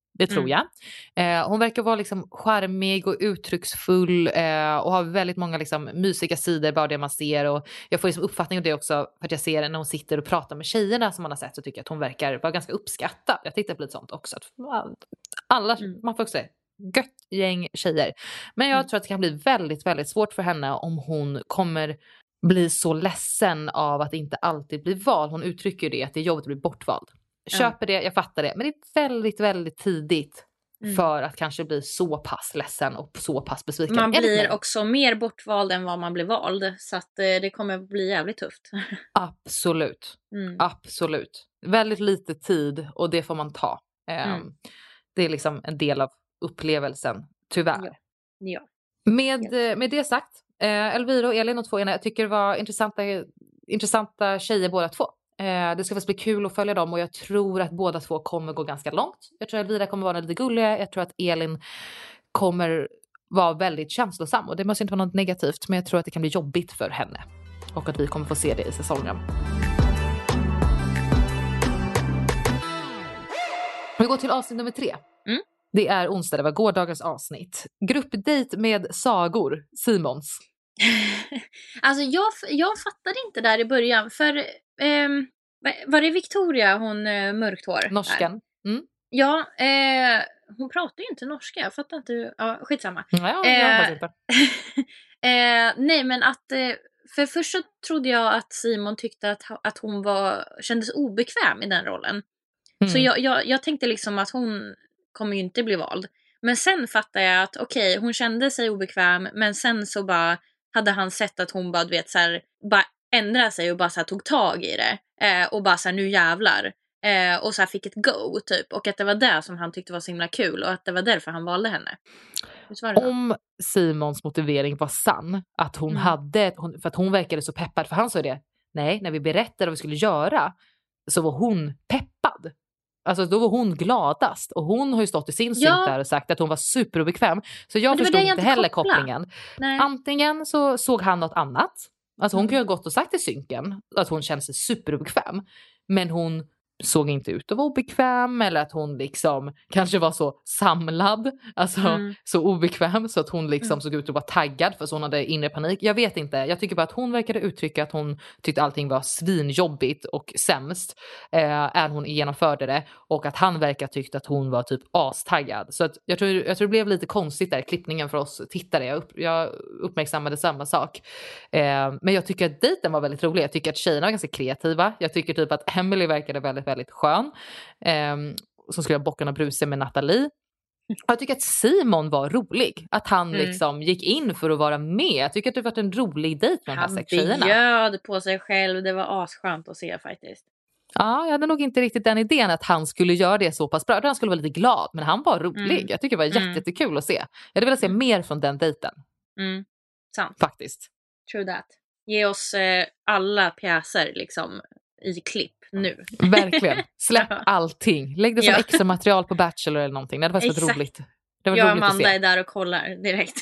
Det tror jag. Hon verkar vara liksom charmig och uttrycksfull och har väldigt många liksom mysiga sidor, bara det man ser. Och jag får liksom uppfattning av det också för att jag ser när hon sitter och pratar med tjejerna som man har sett, så tycker jag att hon verkar vara ganska uppskattad. Jag tittar på lite sånt också. Alla, man får också säga, gött gäng tjejer. Men jag tror att det kan bli väldigt, väldigt svårt för henne om hon kommer bli så ledsen av att inte alltid bli vald. Hon uttrycker det, att det är jobbigt att bli bortvald. Köper det, jag fattar det. Men det är väldigt, väldigt tidigt för att kanske bli så pass ledsen och så pass besviken. Man blir också mer bortvald än vad man blir vald. Så att det kommer bli jävligt tufft. Absolut. Absolut. Väldigt lite tid och det får man ta. Det är liksom en del av upplevelsen, tyvärr. Ja. Med det sagt, Elvira och Elin och två ena, jag tycker det var intressanta tjejer båda två. Det ska bli kul att följa dem och jag tror att båda två kommer gå ganska långt. Jag tror att Elvira kommer vara lite gulliga. Jag tror att Elin kommer vara väldigt känslosam och det måste inte vara något negativt, men jag tror att det kan bli jobbigt för henne och att vi kommer få se det i säsongen. Vi går till avsnitt nummer 3. Det är onsdag, det var gårdagens avsnitt. Gruppdate med sagor, Simons. Alltså jag fattade inte där i början. För var det Victoria, hon mörkt hår? Norskan. Ja, hon pratar ju inte norska. Jag fattar inte. Ja, skitsamma. Ja, jag hoppas inte. Nej, men att... För först så trodde jag att Simon tyckte att hon kändes obekväm i den rollen. Så jag tänkte liksom att hon kommer ju inte bli vald. Men sen fattade jag att okej, hon kände sig obekväm. Men sen så bara hade han sett att hon bara, du vet, så här, bara ändrade sig och bara så här, tog tag i det. Och bara så här, nu jävlar. Och så här, fick ett go typ. Och att det var det som han tyckte var så himla kul. Och att det var därför han valde henne. Om Simons motivering var sann, att hon för att hon verkade så peppad, för han sa det, nej, när vi berättade vad vi skulle göra så var hon peppad. Alltså då var hon gladast. Och hon har ju stått i sin synk där och sagt att hon var superobekväm. Så jag förstod inte heller kopplingen. Nej. Antingen så såg han något annat. Alltså hon kunde ha gått och sagt i synken att hon kände sig superobekväm. Men hon såg inte ut att vara obekväm, eller att hon liksom kanske var så samlad, alltså så obekväm så att hon liksom såg ut att vara taggad för så hon hade inre panik. Jag vet inte, jag tycker bara att hon verkade uttrycka att hon tyckte allting var svinjobbigt och sämst än hon genomförde det, och att han verkar tyckte att hon var typ astaggad. Så att jag tror det blev lite konstigt där, klippningen för oss tittare. Jag uppmärksammade samma sak. Men jag tycker att dejten var väldigt rolig. Jag tycker att tjejerna var ganska kreativa. Jag tycker typ att Emily verkade väldigt skön. Som skulle ha bockarna bruse med Nathalie. Jag tycker att Simon var rolig. Att han liksom gick in för att vara med. Jag tycker att det var en rolig dejt med de här sex tjejerna. Han bjöd på sig själv. Det var asskönt att se faktiskt. Ja, jag hade nog inte riktigt den idén att han skulle göra det så pass bra. Han skulle vara lite glad, men han var rolig. Jag tycker det var jättekul att se. Jag hade velat se mer från den dejten. Sant. Faktiskt. True that. Ge oss alla pjäser liksom i klipp nu. Verkligen. Släpp allting. Lägg det som extra material på Bachelor eller någonting. Det hade varit så roligt. Det var roligt Amanda att se. är där och kollar direkt.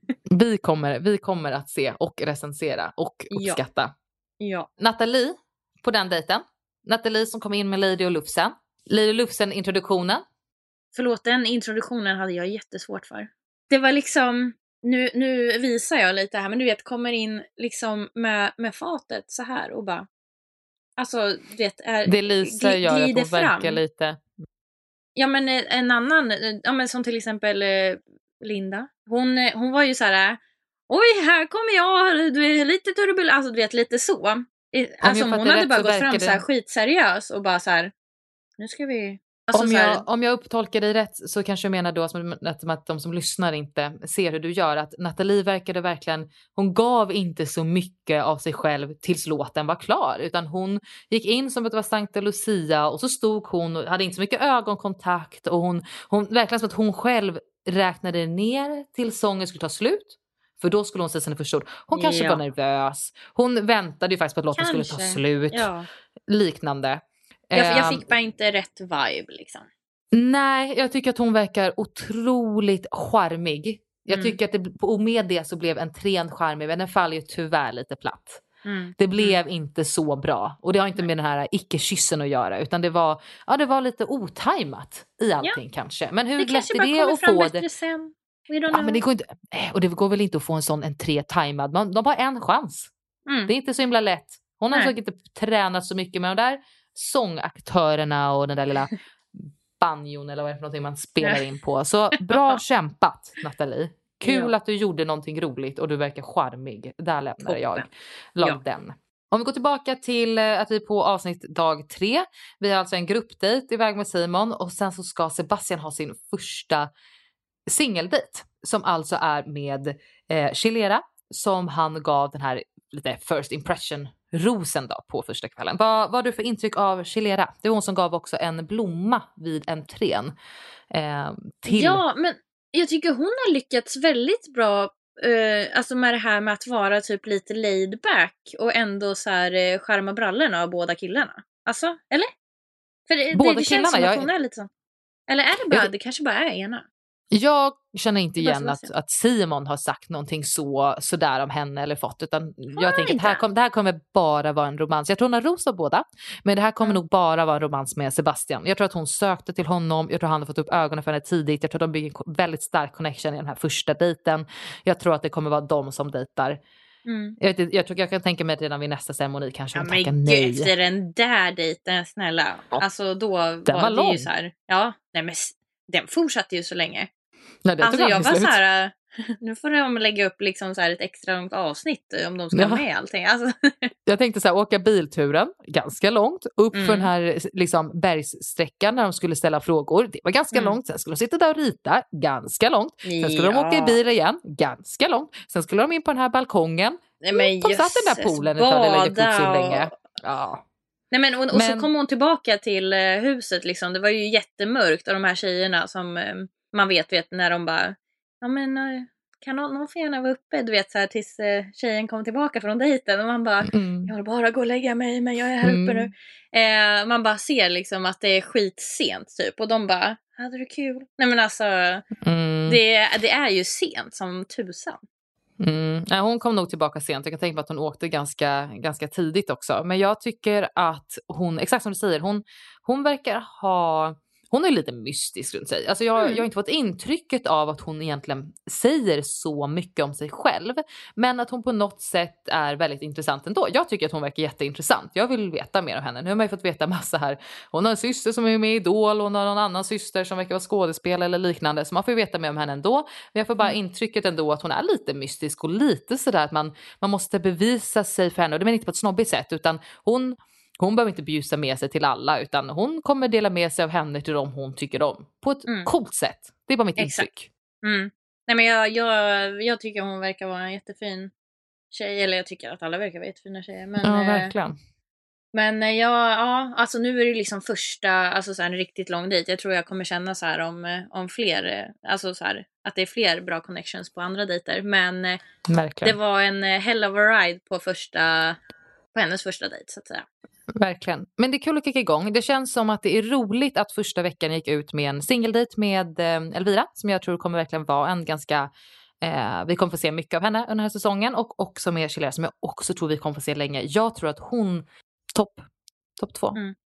Vi kommer att se och recensera och uppskatta. Ja. Nathalie på den dejten. Nathalie som kom in med Lady och Lufsen. Lady Lufsen introduktionen. Förlåt, den introduktionen hade jag jättesvårt för. Det var liksom, nu visar jag lite här, men du vet, kommer in liksom med fatet så här och bara, alltså du vet, det Lisa gör att hon verkar lite. Ja, men en annan, ja men som till exempel Linda. Hon var ju så här, oj, här kommer jag, du är lite turbulent, alltså du vet, lite så. Alltså hon hade bara gått fram så här skitseriös och bara så här, nu ska vi... Alltså om jag upptolkar dig rätt så kanske jag menar då att de som lyssnar inte ser hur du gör, att Nathalie verkade verkligen, hon gav inte så mycket av sig själv tills låten var klar, utan hon gick in som att det var Sankta Lucia och så stod hon och hade inte så mycket ögonkontakt, och hon verkligen som att hon själv räknade ner till sången skulle ta slut. För då skulle hon säga sina första ord. Hon kanske var nervös. Hon väntade ju faktiskt på att låten skulle ta slut. Ja. Liknande. Jag fick bara inte rätt vibe liksom. Nej, jag tycker att hon verkar otroligt charmig. Jag tycker att och med det så blev en tren charmig, men den faller ju tyvärr lite platt. Det blev inte så bra. Och det har inte med den här icke-kyssen att göra. Utan det var lite otajmat i allting kanske. Men hur lätt är det att få det? Sen. Ja, men det går inte, och det går väl inte att få en sån en 3 tajmad. De har en chans. Det är inte så himla lätt. Hon har säkert inte tränat så mycket med de där sångaktörerna och den där lilla banjon eller vad det är för någonting man spelar in på. Så bra kämpat, Nathalie. Kul att du gjorde någonting roligt och du verkar charmig. Där lämnar jag den. Om vi går tillbaka till att vi är på avsnitt dag 3. Vi har alltså en gruppdejt iväg med Simon och sen så ska Sebastian ha sin första singeldejt som alltså är med Chilera som han gav den här lite first impression rosen då på första kvällen. Vad har du för intryck av Chilera? Det var hon som gav också en blomma vid entrén. Ja, men jag tycker hon har lyckats väldigt bra alltså med det här med att vara typ lite laid back och ändå så här charma brallorna av båda killarna. Alltså, eller? För det känns som att hon är lite sån. Eller är det bara, det kanske bara är ena. Jag känner inte igen att Simon har sagt någonting sådär om henne eller fått, utan jag tänker att det här kommer bara vara en romans. Jag tror hon har rosat båda, men det här kommer nog bara vara en romans med Sebastian. Jag tror att hon sökte till honom, jag tror han har fått upp ögonen för henne tidigt, jag tror att de bygger en väldigt stark connection i den här första dejten. Jag tror att det kommer vara de som dejtar. Jag tror jag kan tänka mig att redan vid nästa ceremoni kanske hon tackar nej. Efter den där dejten, snälla. Alltså då var det ju så här. Ja, nej men den fortsatte ju så länge. Nej, alltså jag var så här, nu får de lägga upp liksom så här ett extra långt avsnitt om de ska med allting. Alltså. Jag tänkte så här, åka bilturen ganska långt upp för den här liksom bergssträckan när de skulle ställa frågor. Det var ganska långt. Sen skulle de sitta där och rita ganska långt. Sen skulle de åka i bil igen ganska långt. Sen skulle de in på den här balkongen. Nej, men de satt i den där poolen ett tag eller jacuzzi länge. Ja. Nej, men så kom hon tillbaka till huset liksom. Det var ju jättemörkt och de här tjejerna som man vet när de bara ja men kan någon få gärna vara uppe, du vet så här tills tjejen kom tillbaka från dejten och man bara jag vill bara gå och lägga mig men jag är här uppe nu. Man bara ser liksom att det är skitsent typ och de bara hade du kul? Nej men alltså det är ju sent som tusan. Nej, hon kom nog tillbaka sent. Jag kan tänka på att hon åkte ganska tidigt också. Men jag tycker att hon, exakt som du säger, hon verkar ha... Hon är lite mystisk runt sig. Alltså jag har inte fått intrycket av att hon egentligen säger så mycket om sig själv. Men att hon på något sätt är väldigt intressant ändå. Jag tycker att hon verkar jätteintressant. Jag vill veta mer om henne. Nu har man ju fått veta massa här. Hon har en syster som är med i Idol. Och hon har någon annan syster som verkar vara skådespelare eller liknande. Så man får ju veta mer om henne ändå. Men jag får bara intrycket ändå att hon är lite mystisk. Och lite sådär att man måste bevisa sig för henne. Och det menar inte på ett snobbigt sätt. Utan hon behöver inte bjussa med sig till alla, utan hon kommer dela med sig av henne till dem hon tycker om. På ett coolt sätt. Det är bara mitt intryck. Nej, men jag tycker hon verkar vara en jättefin tjej. Eller jag tycker att alla verkar vara jättefina tjejer. Men, ja, verkligen. Men alltså nu är det liksom första, alltså så här en riktigt lång dejt. Jag tror jag kommer känna så här om fler, alltså så här att det är fler bra connections på andra dejter. Men det var en hell of a ride på hennes första dejt så att säga. Verkligen. Men det är kul att kicka igång. Det känns som att det är roligt att första veckan gick ut med en singeldejt med Elvira. Som jag tror kommer verkligen vara en ganska... vi kommer få se mycket av henne under den här säsongen. Och också med Chilera som jag också tror vi kommer få se länge. Jag tror att hon... Topp 2.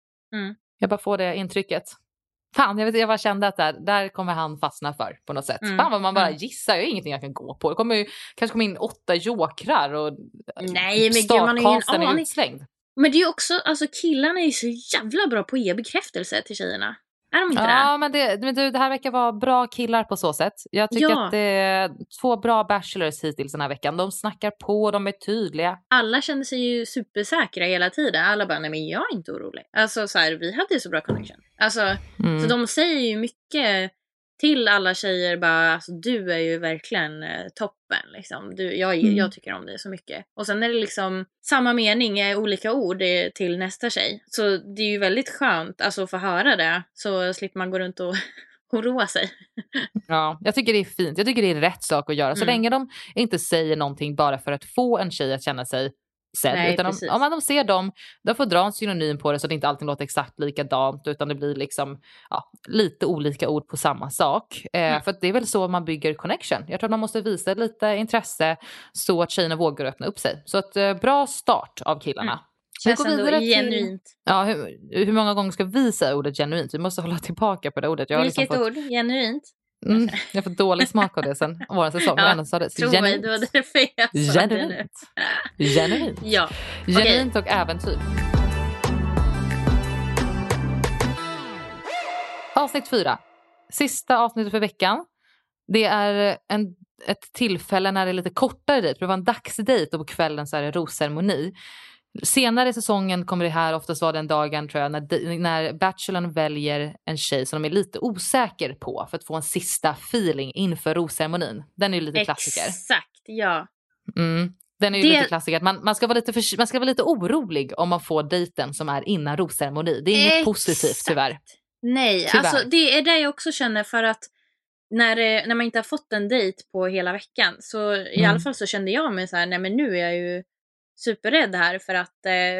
Jag bara får det intrycket. Fan, jag bara kände att där kommer han fastna för på något sätt. Fan vad man bara gissar, jag har ingenting jag kan gå på. Det kommer ju kanske komma in 8 jokrar och nej, men man har ingen aning. Utslängd. Men det är ju också, alltså killarna är ju så jävla bra på att ge bekräftelse till tjejerna. Är de inte det? Ja, men det här verkar vara bra killar på så sätt. Jag tycker att det är 2 bra bachelors hittills den här veckan. De snackar på, de är tydliga. Alla känner sig ju supersäkra hela tiden. Alla bara, nej men jag är inte orolig. Alltså så här, vi hade ju så bra connection. Alltså, så de säger ju mycket till alla tjejer bara, alltså du är ju verkligen toppen liksom. Jag tycker om dig så mycket. Och sen är det liksom samma mening, olika ord till nästa tjej. Så det är ju väldigt skönt alltså att få höra det. Så slipper man gå runt och roa sig. Ja, jag tycker det är fint. Jag tycker det är rätt sak att göra. Så länge de inte säger någonting bara för att få en tjej att känna sig sedd. Nej, utan precis. om de ser dem, de får dra en synonym på det så att det inte alltid låter exakt likadant, utan det blir liksom lite olika ord på samma sak. För att det är väl så man bygger connection. Jag tror att man måste visa lite intresse så att tjejerna vågar öppna upp sig. Så att bra start av killarna. Känns ändå genuint. Ja, hur många gånger ska vi säga ordet genuint? Vi måste hålla tillbaka på det ordet. Vilket ord? Genuint? Jag får dålig smak av det sen våran säsong. Ja, ändå sa det. Tro mig, det var därför jag sa det nu. Genuint. Ja. Genuint och äventyr. Avsnitt 4. Sista avsnittet för veckan. Det är ett tillfälle när det är lite kortare dejt. Det var en dagsdejt och på kvällen så är det rosceremoni. Senare i säsongen kommer det här oftast vara den dagen tror jag när bachelorn väljer en tjej som de är lite osäker på för att få en sista feeling inför rosceremonin. Den är ju lite klassiker. Exakt, ja. Den är ju lite klassiker. Man ska vara lite orolig om man får dejten som är innan rosceremoni. Det är inget positivt tyvärr. Nej, tyvärr. Alltså det är det jag också känner för att när man inte har fått en dejt på hela veckan så i alla fall så kände jag mig så här, nej men nu är jag ju superrädd här för att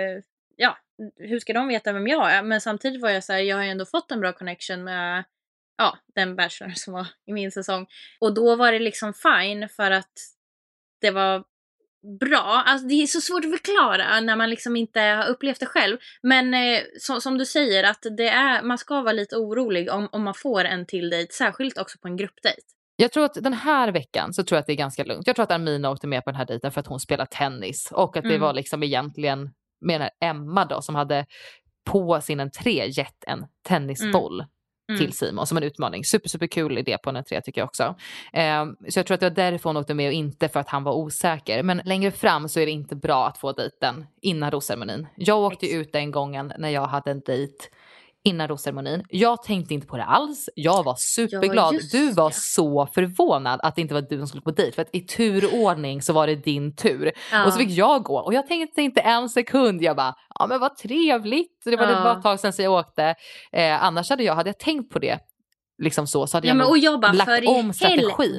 hur ska de veta vem jag är? Men samtidigt var jag så här, jag har ju ändå fått en bra connection med den bachelor som var i min säsong. Och då var det liksom fine för att det var bra. Alltså det är så svårt att förklara när man liksom inte har upplevt det själv. Men som du säger att man ska vara lite orolig om man får en till dejt, särskilt också på en gruppdejt. Jag tror att den här veckan så tror jag att det är ganska lugnt. Jag tror att Armina åkte med på den här dejten för att hon spelar tennis. Och att det var liksom egentligen menar Emma då som hade på sin entré gett en tennisboll till Simon som en utmaning. Superkul idé på en entré tycker jag också. Så jag tror att det var därför hon åkte med och inte för att han var osäker. Men längre fram så är det inte bra att få dejten innan rosceremonin. Jag åkte ut den gången när jag hade en dejt innan rosceremonin. Jag tänkte inte på det alls. Jag var superglad. Du var så förvånad att det inte var du som skulle på dejt. För att i turordning så var det din tur. Och så fick jag gå. Och jag tänkte inte en sekund. Jag bara, men vad trevligt. Det var ett tag sedan jag åkte. Annars hade jag tänkt på det. Liksom så hade jag bara, lagt om strategin.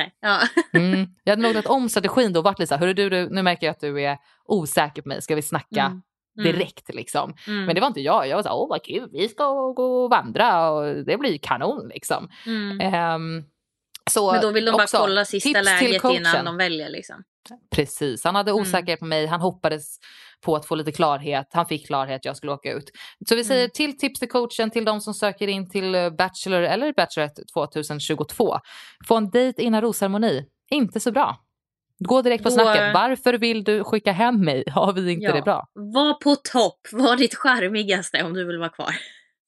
Jag hade nog lagt om strategin då och varit lite så här, hörru du, nu märker jag att du är osäker på mig. Ska vi snacka direkt liksom. Men det var inte jag. Jag var så vad kul, vi ska gå och vandra och det blir kanon liksom. Så men då vill de bara också, kolla sista läget innan de väljer liksom. Precis, han hade osäkerhet på mig. Han hoppades på att få lite klarhet. Han fick klarhet, jag skulle åka ut. Så vi säger till tips till coachen, till de som söker in till Bachelor eller Bachelorette 2022. Få en dejt innan rosceremoni. Inte så bra. Gå direkt på snacket. Varför vill du skicka hem mig? Har vi inte det bra? Var på topp. Var ditt charmigaste om du vill vara kvar.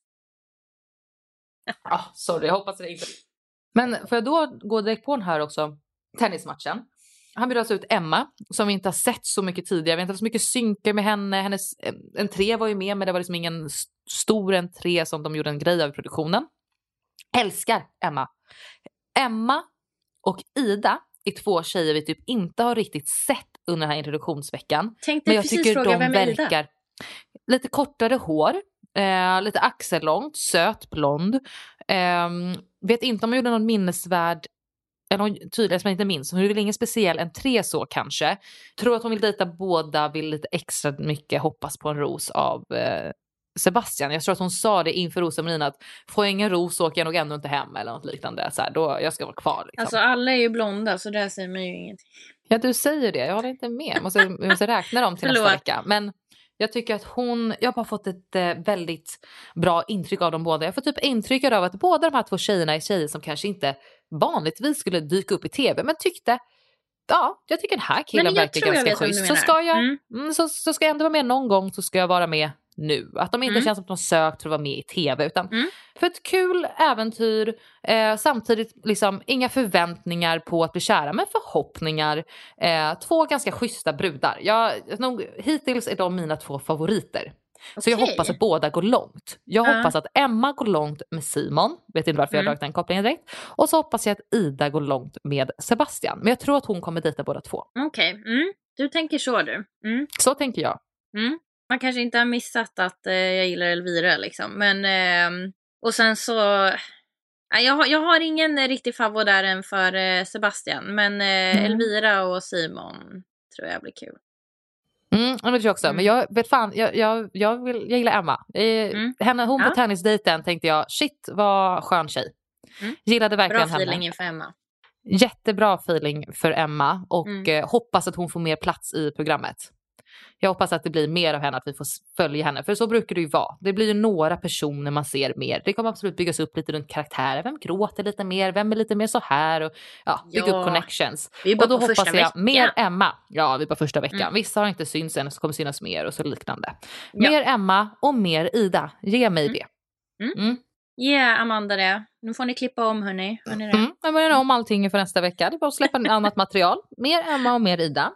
Sorry, jag hoppas det inte. Men får jag då gå direkt på den här också. Tennismatchen. Han bjöd alltså ut Emma som vi inte har sett så mycket tidigare. Vi har inte haft så mycket synker med henne. Hennes entré var ju med, men det var liksom ingen stor entré som de gjorde en grej av i produktionen. Älskar Emma. Emma och Ida är 2 tjejer vi typ inte har riktigt sett under den här introduktionsveckan. Men jag tycker de verkar lite kortare hår, lite axellångt, söt blond. Vet inte om jag gjorde någon minnesvärd eller någon tydligare som jag inte minns. Hon vill ingen speciell entré så kanske. Tror att hon vill dejta båda, vill lite extra mycket hoppas på en ros av Sebastian. Jag tror att hon sa det inför rosceremonin att får jag ingen ros så åker jag nog ändå inte hem eller något liknande. Så här, då jag ska vara kvar. Liksom. Alltså alla är ju blonda så där säger man ju ingenting. Ja, du säger det. Jag håller inte med. Jag måste räkna dem till nästa vecka. Men jag tycker att jag har bara fått ett väldigt bra intryck av dem båda. Jag får typ intryck av att båda de här 2 tjejerna är tjejer som kanske inte vanligtvis skulle dyka upp i tv. Men jag tycker den här killen verkar ganska schysst. Så ska jag så ska jag ändå vara med någon gång, så ska jag vara med nu. Att de inte känns som att de sökt för att vara med i tv, utan för ett kul äventyr, samtidigt liksom inga förväntningar på att bli kära, men förhoppningar. 2 ganska schyssta brudar. Hittills är de mina 2 favoriter. Så jag hoppas att båda går långt. Jag hoppas att Emma går långt med Simon. Vet inte varför jag har dragit den kopplingen direkt. Och så hoppas jag att Ida går långt med Sebastian. Men jag tror att hon kommer dejta båda 2. Okej. Du tänker så du. Så tänker jag. Man kanske inte har missat att jag gillar Elvira liksom. Men och sen så jag har ingen riktig favor där än för Sebastian. Men Elvira och Simon tror jag blir kul. Det tror jag också. Men jag vet fan, jag gillar Emma. Hon på tennisdejten tänkte jag, shit vad skön tjej. Gillade verkligen bra henne. feeling inför Emma. Jättebra feeling för Emma. Och hoppas att hon får mer plats i programmet. Jag hoppas att det blir mer av henne, att vi får följa henne. För så brukar det ju vara. Det blir ju några personer man ser mer. Det kommer absolut byggas upp lite runt karaktärer. Vem gråter lite mer? Vem är lite mer så här? Och bygga upp connections. Vi är bara och då på hoppas första jag veckan. mer Emma. Ja, vi är på första veckan. Vissa har inte synts än, så kommer synas mer och så liknande. Mer Emma och mer Ida. Ge mig det. Amanda det. Nu får ni klippa om, hörni. Jag börjar om allting för nästa vecka. Det är bara att släppa ett annat material. Mer Emma och mer Ida.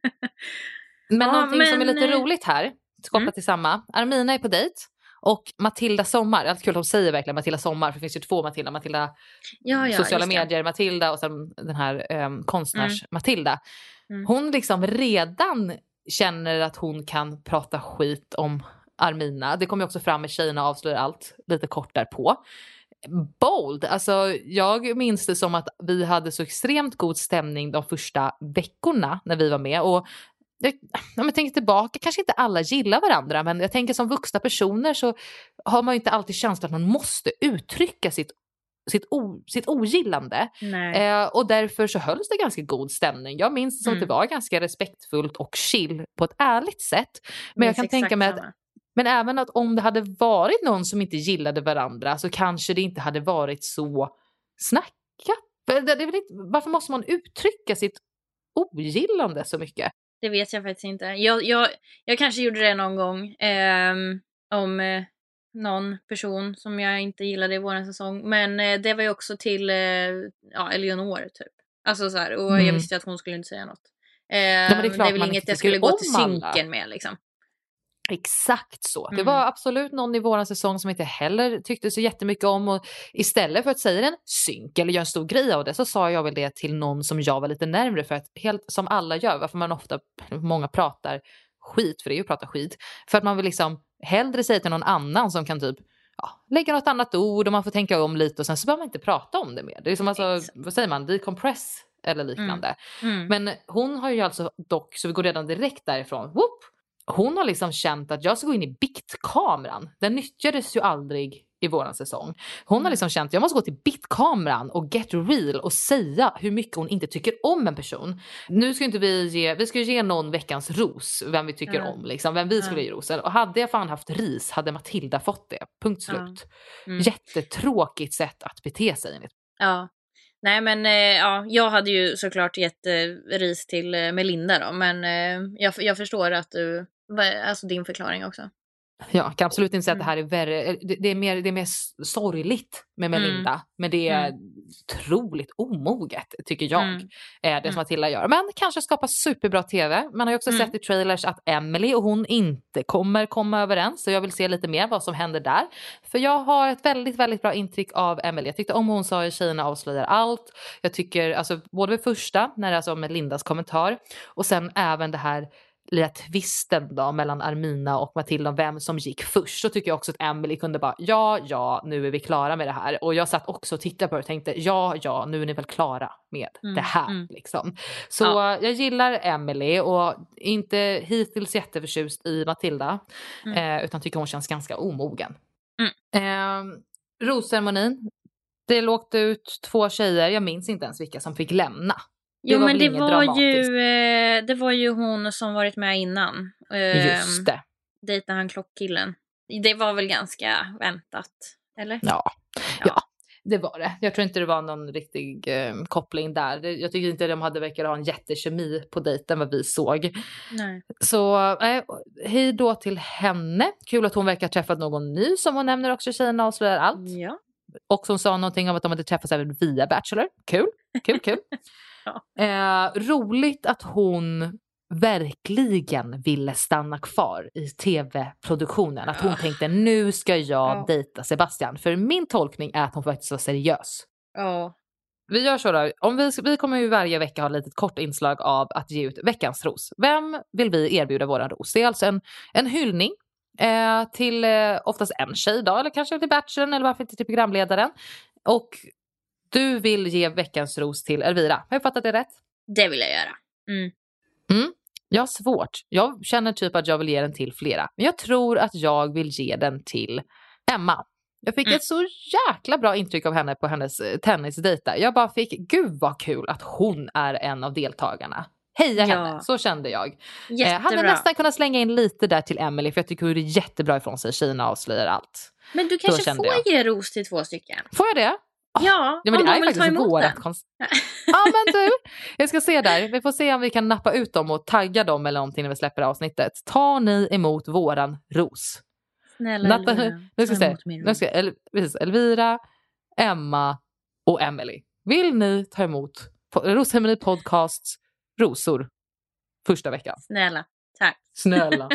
Men någonting som är lite roligt här, kopplat till samma. Armina är på dejt. Och Matilda Sommar, det är kul att de säger verkligen Matilda Sommar, för det finns ju två Matilda. Matilda sociala medier Matilda och sen den här konstnärs Matilda. Hon liksom redan känner att hon kan prata skit om Armina. Det kommer ju också fram med Tjejerna avslöjar allt lite kort därpå. Bold, alltså jag minns det som att vi hade så extremt god stämning de första veckorna när vi var med. Och om jag tänker tillbaka, kanske inte alla gillar varandra, men jag tänker som vuxna personer så har man ju inte alltid känslan att man måste uttrycka sitt ogillande. Och därför så hölls det ganska god stämning. Jag minns som att det var ganska respektfullt och chill på ett ärligt sätt. Men jag kan tänka mig att men även att om det hade varit någon som inte gillade varandra så kanske det inte hade varit så snackat. Varför måste man uttrycka sitt ogillande så mycket? Det vet jag faktiskt inte. Jag kanske gjorde det någon gång om någon person som jag inte gillade i våran säsong. Men det var ju också till Eleonor typ. Alltså så här, och jag visste att hon skulle inte säga något. Det är väl inget jag skulle gå till synken med liksom. Exakt så. Det var absolut någon i våran säsong som inte heller tyckte så jättemycket om, och istället för att säga en synk eller göra en stor grej av det så sa jag väl det till någon som jag var lite närmare, för att helt som alla gör, varför många pratar skit, för det är ju att prata skit, för att man vill liksom hellre säga till någon annan som kan typ lägga något annat ord och man får tänka om lite och sen så behöver man inte prata om det mer. Det är som alltså, vad säger man, decompress eller liknande. Men hon har ju alltså dock, så vi går redan direkt därifrån, hon har liksom känt att jag ska gå in i biktkameran. Den nyttjades ju aldrig i våran säsong. Hon har liksom känt att jag måste gå till biktkameran och get real och säga hur mycket hon inte tycker om en person. Nu ska inte vi ska ju ge någon veckans ros, vem vi tycker om liksom, vem vi skulle ge ros. Och hade jag fan haft ris hade Matilda fått det. Punkt slut. Jättetråkigt sätt att bete sig. Ja. Nej men jag hade ju såklart gett ris till Melinda då, men jag förstår att du, alltså din förklaring också. Jag kan absolut inte säga att det här är värre. Det är mer sorgligt med Melinda. Men det är otroligt omoget, tycker jag. Det som Matilda gör. Men kanske skapar superbra tv. Man har ju också sett i trailers att Emily och hon inte kommer komma överens. Så jag vill se lite mer vad som händer där. För jag har ett väldigt, väldigt bra intryck av Emily. Jag tyckte om hon sa i Tjejerna avslöjar allt. Jag tycker, alltså både vid första, när det är alltså med Lindas kommentar. Och sen även det här lilla twisten då mellan Armina och Matilda om vem som gick först, så tycker jag också att Emily kunde bara ja, nu är vi klara med det här. Och jag satt också och tittade på det och tänkte ja, nu är ni väl klara med det här liksom. Så jag gillar Emily och inte hittills jätteförtjust i Matilda, utan tycker hon känns ganska omogen. Rosceremonin, det låg ut 2 tjejer, jag minns inte ens vilka som fick lämna. Jo, men det var ju hon som varit med innan. Just det. Dejtade han klockkillen. Det var väl ganska väntat, eller? Ja, det var det. Jag tror inte det var någon riktig koppling där. Jag tycker inte de verkar ha en jättekemi på dejten vad vi såg. Nej. Så hej då till henne. Kul att hon verkar ha träffat någon ny, som hon nämner också, Tjejerna avslöjar allt. Ja. Och som sa någonting om att de hade träffats även via Bachelor. Kul. Roligt att hon verkligen ville stanna kvar i tv-produktionen. Att hon tänkte, nu ska jag dejta Sebastian. För min tolkning är att hon faktiskt var seriös. Vi gör så då. Vi kommer ju varje vecka ha ett litet kort inslag av att ge ut veckans ros. Vem vill vi erbjuda våran ros? Det är alltså en hyllning till oftast en tjej då, eller kanske till Bachelor, eller varför inte till programledaren. Och du vill ge veckans ros till Elvira. Har jag fattat det rätt? Det vill jag göra. Jag har svårt. Jag känner typ att jag vill ge den till flera. Men jag tror att jag vill ge den till Emma. Jag fick ett så jäkla bra intryck av henne på hennes tennisdejta. Jag bara fick, gud vad kul att hon är en av deltagarna. Heja henne, så kände jag. Hade nästan kunnat slänga in lite där till Emily, för jag tycker hon är jättebra ifrån sig. Kina avslöjar allt. Men du kanske får ge ros till 2 stycken. Får jag det? Ja, men det är faktiskt vårat ja, men du, jag ska se där. Vi får se om vi kan nappa ut dem och tagga dem eller någonting när vi släpper avsnittet. Tar ni emot våran ros? Snälla Elvira, nu ska vi se. Elvira, Emma och Emily. Vill ni ta emot Rosceremoni Podcasts rosor första veckan? Snälla, tack. Snälla.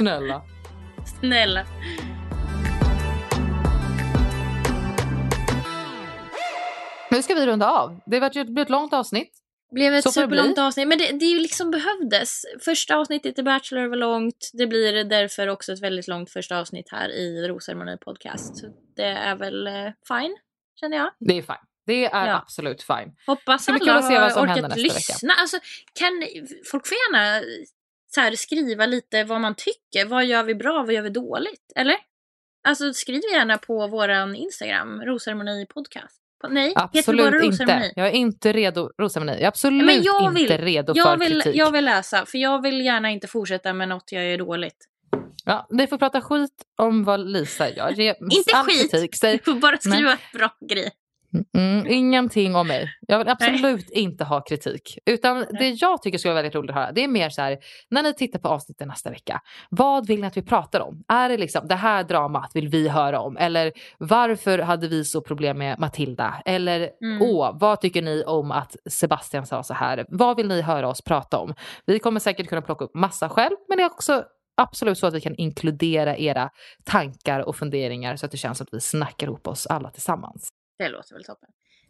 Nu ska vi runda av. Det blev ett långt avsnitt. Blev ett superlångt avsnitt. Men det är ju liksom behövdes. Första avsnittet i Bachelor var långt. Det blir därför också ett väldigt långt första avsnitt här i Rosceremoni Podcast. Det är väl fine, känner jag. Det är fine. Det är absolut fine. Hoppas alla har orkat lyssna. Alltså, folk får gärna så här, skriva lite vad man tycker. Vad gör vi bra, vad gör vi dåligt? Eller? Alltså skriv gärna på våran Instagram, Rosceremoni Podcast. Nej, absolut inte. Jag är inte redo, Rosceremoni. Jag är absolut inte redo för kritik. Jag vill läsa, för jag vill gärna inte fortsätta med något jag gör dåligt. Ja, ni får prata skit om vad Lisa gör. Inte skit, du får bara skriva bra grej. Ingenting om mig. Jag vill absolut inte ha kritik. Utan det jag tycker skulle vara väldigt roligt att höra, det är mer så här, när ni tittar på avsnittet nästa vecka, vad vill ni att vi pratar om? Är det liksom, det här dramat vill vi höra om? Eller varför hade vi så problem med Matilda? Eller vad tycker ni om att Sebastian sa så här? Vad vill ni höra oss prata om? Vi kommer säkert kunna plocka upp massa själv, men det är också absolut så att vi kan inkludera era tankar och funderingar så att det känns att vi snackar ihop oss alla tillsammans. Det låter väl toppen.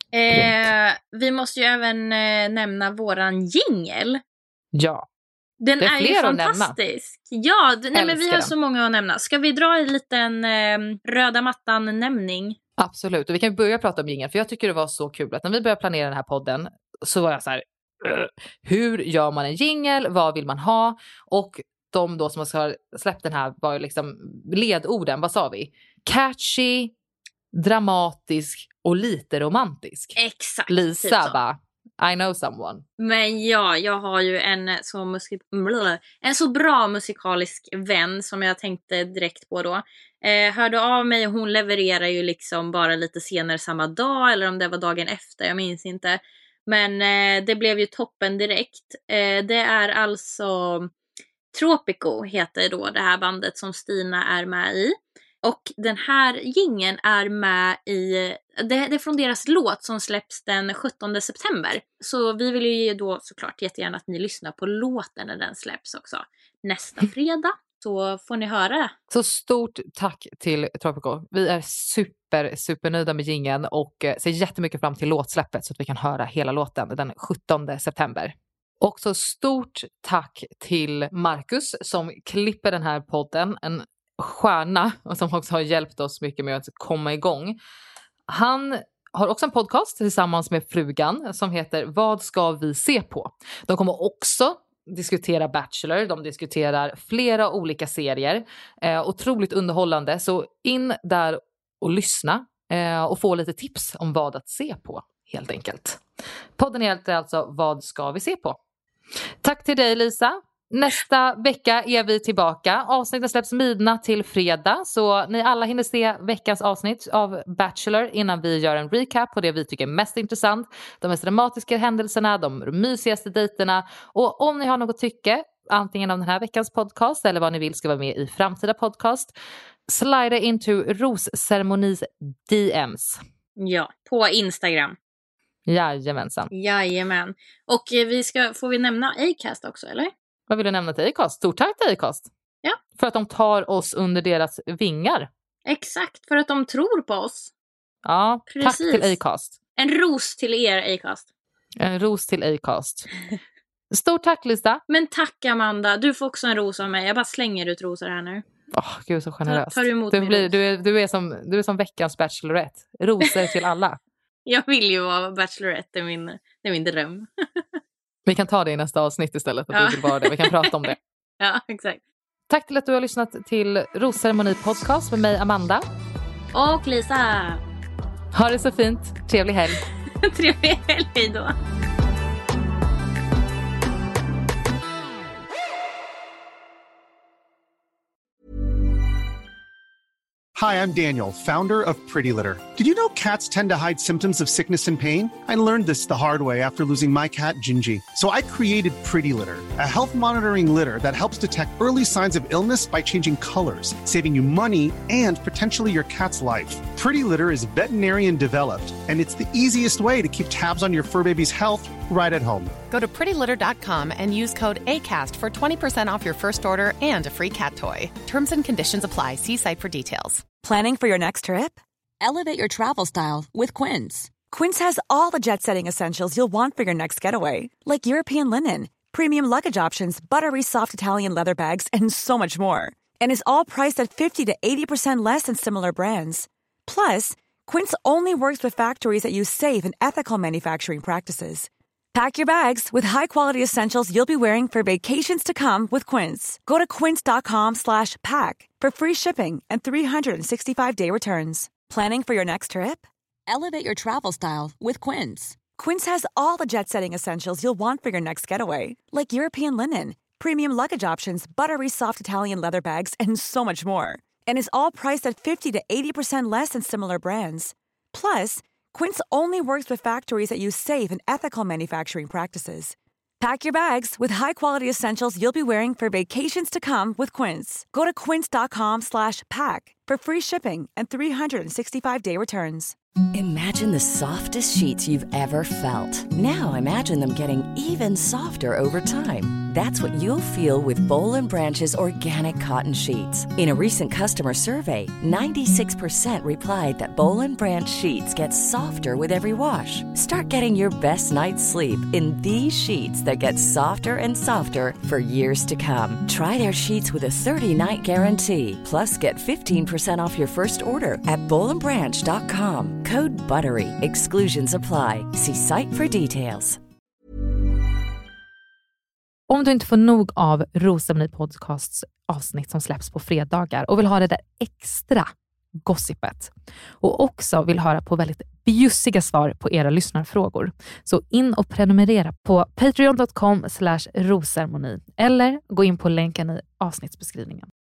Vi måste ju även nämna våran jingle. Ja. Den är ju fantastisk. Ja, men vi har så många att nämna. Ska vi dra en liten röda mattan-nämning? Absolut, och vi kan börja prata om jingle. För jag tycker det var så kul att när vi började planera den här podden så var jag så här, hur gör man en jingle? Vad vill man ha? Och de då som har släppt den här var ju liksom ledorden, vad sa vi? Catchy, dramatisk och lite romantisk. Exakt. Lisa typ bara, I know someone. Men ja, jag har ju en så bra musikalisk vän som jag tänkte direkt på då. Hörde av mig och hon levererar ju liksom bara lite senare samma dag, eller om det var dagen efter, jag minns inte. Men det blev ju toppen direkt. Det är alltså Tropico heter då det här bandet som Stina är med i. Och den här jingeln är med i, det är från deras låt som släpps den 17 september. Så vi vill ju då såklart jättegärna att ni lyssnar på låten när den släpps också. Nästa fredag så får ni höra. Så stort tack till Tropico. Vi är supernöjda med jingeln och ser jättemycket fram till låtsläppet så att vi kan höra hela låten den 17 september. Och så stort tack till Marcus som klipper den här podden. En stjärna och som också har hjälpt oss mycket med att komma igång. Han har också en podcast tillsammans med frugan som heter Vad ska vi se på? De kommer också diskutera Bachelor, de diskuterar flera olika serier. Otroligt underhållande, så in där och lyssna och få lite tips om vad att se på helt enkelt. Podden heter alltså Vad ska vi se på? Tack till dig Lisa. Nästa vecka är vi tillbaka. Avsnittet släpps midnatt till fredag. Så ni alla hinner se veckans avsnitt av Bachelor innan vi gör en recap på det vi tycker är mest intressant. De mest dramatiska händelserna, de mysigaste dejterna. Och om ni har något tycke, antingen om den här veckans podcast eller vad ni vill ska vara med i framtida podcast, slida into Rosceremonis DMs. Ja, på Instagram. Jajamensan. Jajamän. Och får vi nämna Acast också, eller? Vad vill du nämna till Acast? Stort tack till Acast. Ja. För att de tar oss under deras vingar. Exakt, för att de tror på oss. Ja, precis. Tack till Acast. En ros till er, Acast. En ros till Acast. Stort tack, Lisa. Men tack, Amanda. Du får också en ros av mig. Jag bara slänger ut rosor här nu. Gud, så generöst. Tar du emot du är som veckans Bachelorette. Rosor till alla. Jag vill ju vara Bachelorette. Det är min dröm. Vi kan ta det i nästa avsnitt istället. Att du vill vara det. Vi kan prata om det. Ja, exakt. Tack till att du har lyssnat till Rosceremoni podcast med mig Amanda. Och Lisa. Ha det så fint. Trevlig helg. Trevlig helg då. Hi, I'm Daniel, founder of Pretty Litter. Did you know cats tend to hide symptoms of sickness and pain? I learned this the hard way after losing my cat, Gingy. So I created Pretty Litter, a health monitoring litter that helps detect early signs of illness by changing colors, saving you money and potentially your cat's life. Pretty Litter is veterinarian developed, and it's the easiest way to keep tabs on your fur baby's health right at home. Go to prettylitter.com and use code ACAST for 20% off your first order and a free cat toy. Terms and conditions apply. See site for details. Planning for your next trip? Elevate your travel style with Quince. Quince has all the jet-setting essentials you'll want for your next getaway, like European linen, premium luggage options, buttery soft Italian leather bags, and so much more. And is all priced at 50 to 80% less than similar brands. Plus, Quince only works with factories that use safe and ethical manufacturing practices. Pack your bags with high-quality essentials you'll be wearing for vacations to come with Quince. Go to quince.com/pack for free shipping and 365-day returns. Planning for your next trip? Elevate your travel style with Quince. Quince has all the jet-setting essentials you'll want for your next getaway, like European linen, premium luggage options, buttery soft Italian leather bags, and so much more. And is all priced at 50 to 80% less than similar brands. Plus, Quince only works with factories that use safe and ethical manufacturing practices. Pack your bags with high-quality essentials you'll be wearing for vacations to come with Quince. Go to quince.com/pack for free shipping and 365-day returns. Imagine the softest sheets you've ever felt. Now imagine them getting even softer over time. That's what you'll feel with Boll & Branch's organic cotton sheets. In a recent customer survey, 96% replied that Boll & Branch sheets get softer with every wash. Start getting your best night's sleep in these sheets that get softer and softer for years to come. Try their sheets with a 30-night guarantee. Plus, get 15% off your first order at bollandbranch.com. Code BUTTERY. Exclusions apply. See site for details. Om du inte får nog av Rosceremoni podcasts avsnitt som släpps på fredagar och vill ha det där extra gossipet och också vill höra på väldigt bjussiga svar på era lyssnarfrågor, så in och prenumerera på patreon.com/rosceremoni eller gå in på länken i avsnittsbeskrivningen.